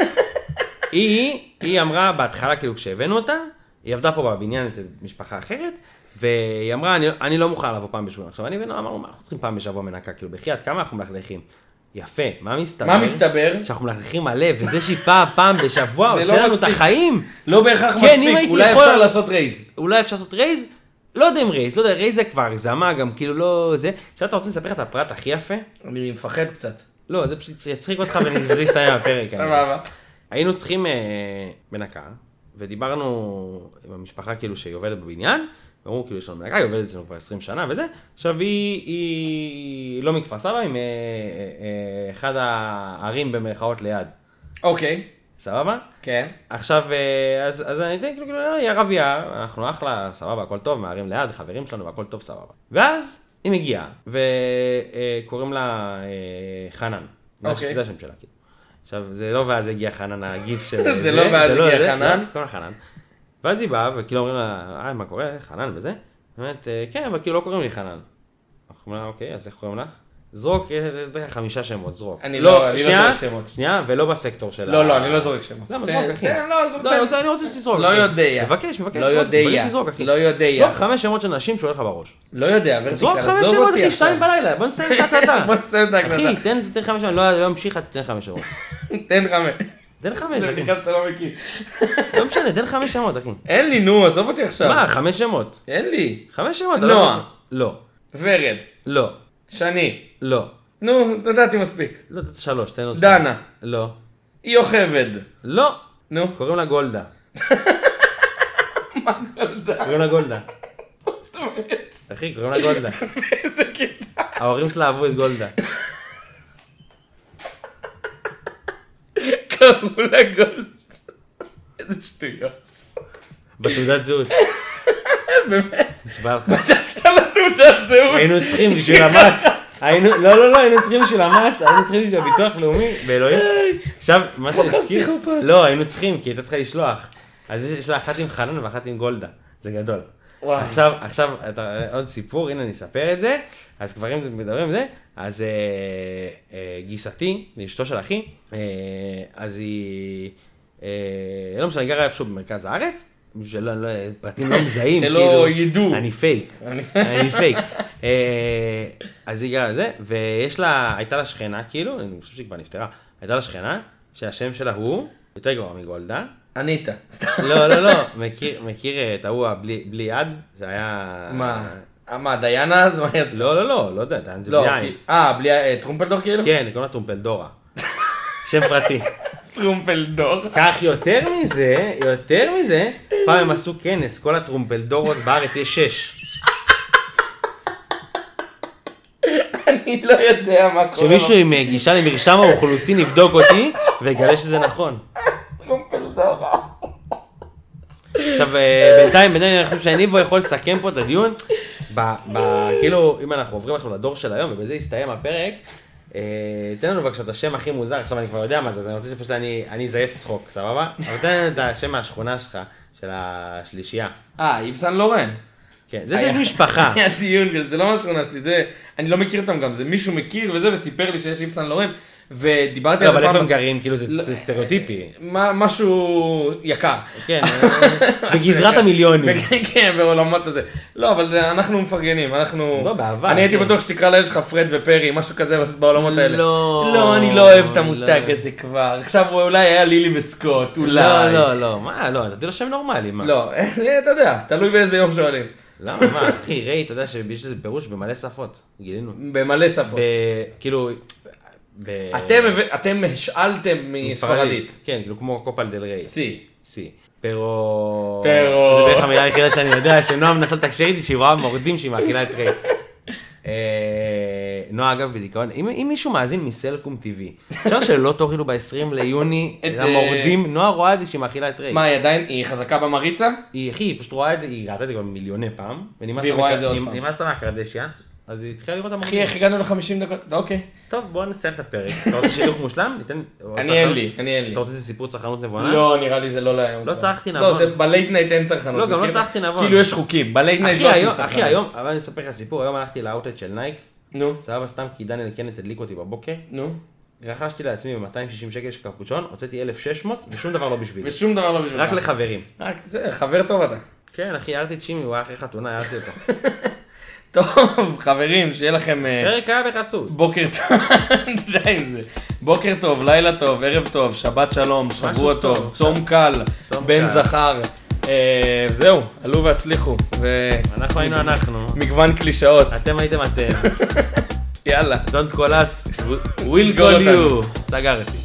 היא, היא אמרה בהתחלה, כאילו, כשהבאנו אותה, היא עבדה פה בבניין אצל משפחה אחרת, והיא אמרה, אני, אני לא מוכן לבוא פעם בשבוע. עכשיו, אני ונועה אמרנו, מה אנחנו צריכים פעם בשבוע מנקה? כאילו, בחייאת, כמה אנחנו מלכלכים? יפה, מה מסתבר? מה מסתבר? שאנחנו מלכלכים מלא, וזה שהיא פעם, פעם בשבוע, עושה לנו את החיים. לא בהכרח מספיק, אולי אפשר לעשות רייז. אולי אפשר לעשות רייז? לא יודע אם רייז, לא יודע, רייז זה כבר, זה מה, גם כאילו לא זה. עכשיו אתה רוצה לספר את הפרט הכי יפה? אני מפחד קצת. לא, זה פשוט יצחיק אותך וזה יסתיים הפרק. סבבה. היינו צריכים מנקה, ודיברנו עם המשפחה כאילו שהיא עובדת בבניין, ואמרו כאילו יש לנו מנקה, היא עובדת אצלנו כבר עשרים שנה וזה, עכשיו היא, היא לא מכפר סבא, היא מאחד הערים במרכאות ליד. אוקיי. סבבה? כן. עכשיו, אז, אז אני אתן כאילו, כאילו, היא ערבייה, אנחנו אחלה, סבבה, הכל טוב, מהערים ליד, חברים שלנו והכל טוב, סבבה. ואז היא מגיעה, וקוראים לה חנן. אוקיי. זה השם שלה, כאילו. עכשיו, זה לא ואז הגיע חנן, הגיף של זה. זה לא ואז הגיע חנן? קוראים לה חנן. ואז היא באה, וכאילו אומרים לה, אה, מה קורה, חנן וזה? באמת, כן, אבל כאילו לא קוראים לי חנן. אנחנו אומרים לה, אוקיי, אז איך קוראים לך? זרוק, יש לך חמישה שמות, זרוק. אני לא זורק שמות. שנייה, ולא בסקטור שלה. לא, לא, אני לא זורק שמות. למה, זרוק, אחי. לא, אני רוצה שתזרוק. לא יודע. מבקש, מבקש. לא יודע. לא יודע. זרוק חמש שמות של נשים שעולה לך בראש. לא יודע, זרוק חמש שמות, אחי, שתיים בלילה. בוא נסיים את ההקלטה. בוא נסיים את ההקלטה. אחי, תן חמש שמות, לא אמשיך, תן חמש שמות. תן חמש. תן חמש, זה אחי. נקרא שאתה לא מכיר. לא משנה, תן חמש שמות, אחי. אין לי, נו, עזוב אותי עכשיו. מה, חמש שמות? אין לי. חמש שמות. נועה. לא. ורד. לא. שני. לא. נו, נתתי מספיק. לא, תת שלוש, תן עוד שתיים. דנה. לא. יוכבד. לא. נו. קוראים לה גולדה. מה גולדה? קוראים לה גולדה. זאת אומרת. אחי, קוראים לה גולדה. איזה קטע. ההורים שלה אהבו את גולדה. קראו לה גולדה. איזה שטויות. בתעודת זהות. באמת? נשבע לך. בדקת לתעודת זהות. היינו צריכים בשביל המס. היינו, לא, לא, לא, היינו צריכים בשביל המס, היינו צריכים בשביל הביטוח לאומי, באלוהים. עכשיו, מה שהזכיר, לא, היינו צריכים, כי הייתה צריכה לשלוח. אז יש לה אחת עם חנן ואחת עם גולדה, זה גדול. עכשיו, עכשיו, עוד סיפור, הנה אני אספר את זה, אז כבר אם מדברים את זה, אז גיסתי, אשתו של אחי, אז היא, לא משנה, אני גרה איפשהו במרכז הארץ, פרטים לא מזהים, שלא ידעו. אני פייק, אני פייק. אז היא גרה לזה, ויש לה, הייתה לה שכנה, כאילו, אני חושב שהיא כבר נפטרה, הייתה לה שכנה, שהשם שלה הוא, יותר גרוע מגולדה. אניטה. לא, לא, לא, מכיר את ההוא בלי יד, שהיה... מה? מה, דיינה אז? לא, לא, לא, לא, לא יודע, דיין זה בלי עין. אה, בלי טרומפלדור כאילו? כן, קוראים לה טרומפלדורה. שם פרטי. טרומפלדור. כך יותר מזה, יותר מזה, פעם הם עשו כנס, כל הטרומפלדורות בארץ יש שש. אני לא יודע מה קורה. שמישהו עם גישה למרשם האוכלוסין יבדוק אותי ויגלה שזה נכון. טרומפלדור. עכשיו, בינתיים, בינתיים אני חושב שאני בו יכול לסכם פה את הדיון, כאילו, אם אנחנו עוברים עכשיו לדור של היום, ובזה יסתיים הפרק, תן לנו בבקשה את השם הכי מוזר, עכשיו אני כבר יודע מה זה, אז אני רוצה שפשוט אני אזייף צחוק, סבבה? אבל תן לנו את השם מהשכונה שלך, של השלישייה. אה, איב סן לורן. כן, זה שיש משפחה. היה דיון, זה לא מהשכונה שלי, זה, אני לא מכיר אותם גם, זה מישהו מכיר וזה, וסיפר לי שיש איב סן לורן. ודיברתי על זה פעם... אבל איפה הם גרים? כאילו זה סטריאוטיפי. משהו יקר. כן, בגזרת המיליונים. כן, בעולמות הזה. לא, אבל אנחנו מפרגנים, אנחנו... לא, בעבר. אני הייתי בטוח שתקרא לילד שלך פרד ופרי, משהו כזה בעולמות האלה. לא. לא, אני לא אוהב את המותג הזה כבר. עכשיו אולי היה לילי וסקוט, אולי. לא, לא, לא. מה, לא, נתתי לו שם נורמלי, מה? לא, אתה יודע, תלוי באיזה יום שואלים. למה, מה, אחי, ריי, אתה יודע שיש לזה פירוש במלא שפות, גילינו. במלא שפות. כאילו... אתם, אתם השאלתם מספרדית. כן, כאילו כמו קופל דל ריי. סי. סי. פרו... פרו. זה בערך המילה היחידה שאני יודע, שנועה מנסה לתקשר איתי שהיא רואה מורדים שהיא מאכילה את ריי. נועה אגב בדיכאון, אם מישהו מאזין מסלקום טבעי, אפשר שלא תאכילו ב-עשרים ליוני, המורדים, נועה רואה את זה שהיא מאכילה את ריי. מה, היא עדיין, היא חזקה במריצה? היא, אחי, היא פשוט רואה את זה, היא ראתה את זה כבר מיליוני פעם, והיא רואה את זה עוד פעם. ונמאס לה מהקרדשיאנס, אז היא התחילה לראות המורדים. אחי, איך הגענו ל-חמישים דקות? אוקיי. טוב, בואו נסיים את הפרק. אתה רוצה שידוך מושלם? ניתן... אני אין לי, אני אין לי. אתה רוצה איזה סיפור צרכנות נבונה? לא, נראה לי זה לא להיום. לא צרכתי נבון. לא, זה בלייט נייט אין צרכנות. לא, גם לא צרכתי נבון. כאילו יש חוקים, בלייט נייט לא עושים צרכנות. אחי, היום, אבל אני אספר לך סיפור, היום הלכתי לאוטלט של נייק. נו. סבבה סתם כי דניאל קנט הדליק אותי בבוקר. נו. רכשתי לעצמי ב-מאתיים ושישים שקל של קפוצ'ון, הוצאתי אלף ושש מאות ושום דבר לא בשבילי. ושום דבר לא בשבילי. רק לחברים. רק זה, חבר טוב אתה. כן, אחי, הערתי את שימי, הוא היה אחרי חתונה, הערתי אותו. טוב, חברים, שיהיה לכם... פרק היה בחסות. בוקר טוב, די עם זה. בוקר טוב, לילה טוב, ערב טוב, שבת שלום, שבוע טוב, צום קל, בן זכר. זהו, עלו והצליחו. אנחנו היינו אנחנו. מגוון קלישאות. אתם הייתם אתם. יאללה. Don't call us, we'll call you. סגרתי.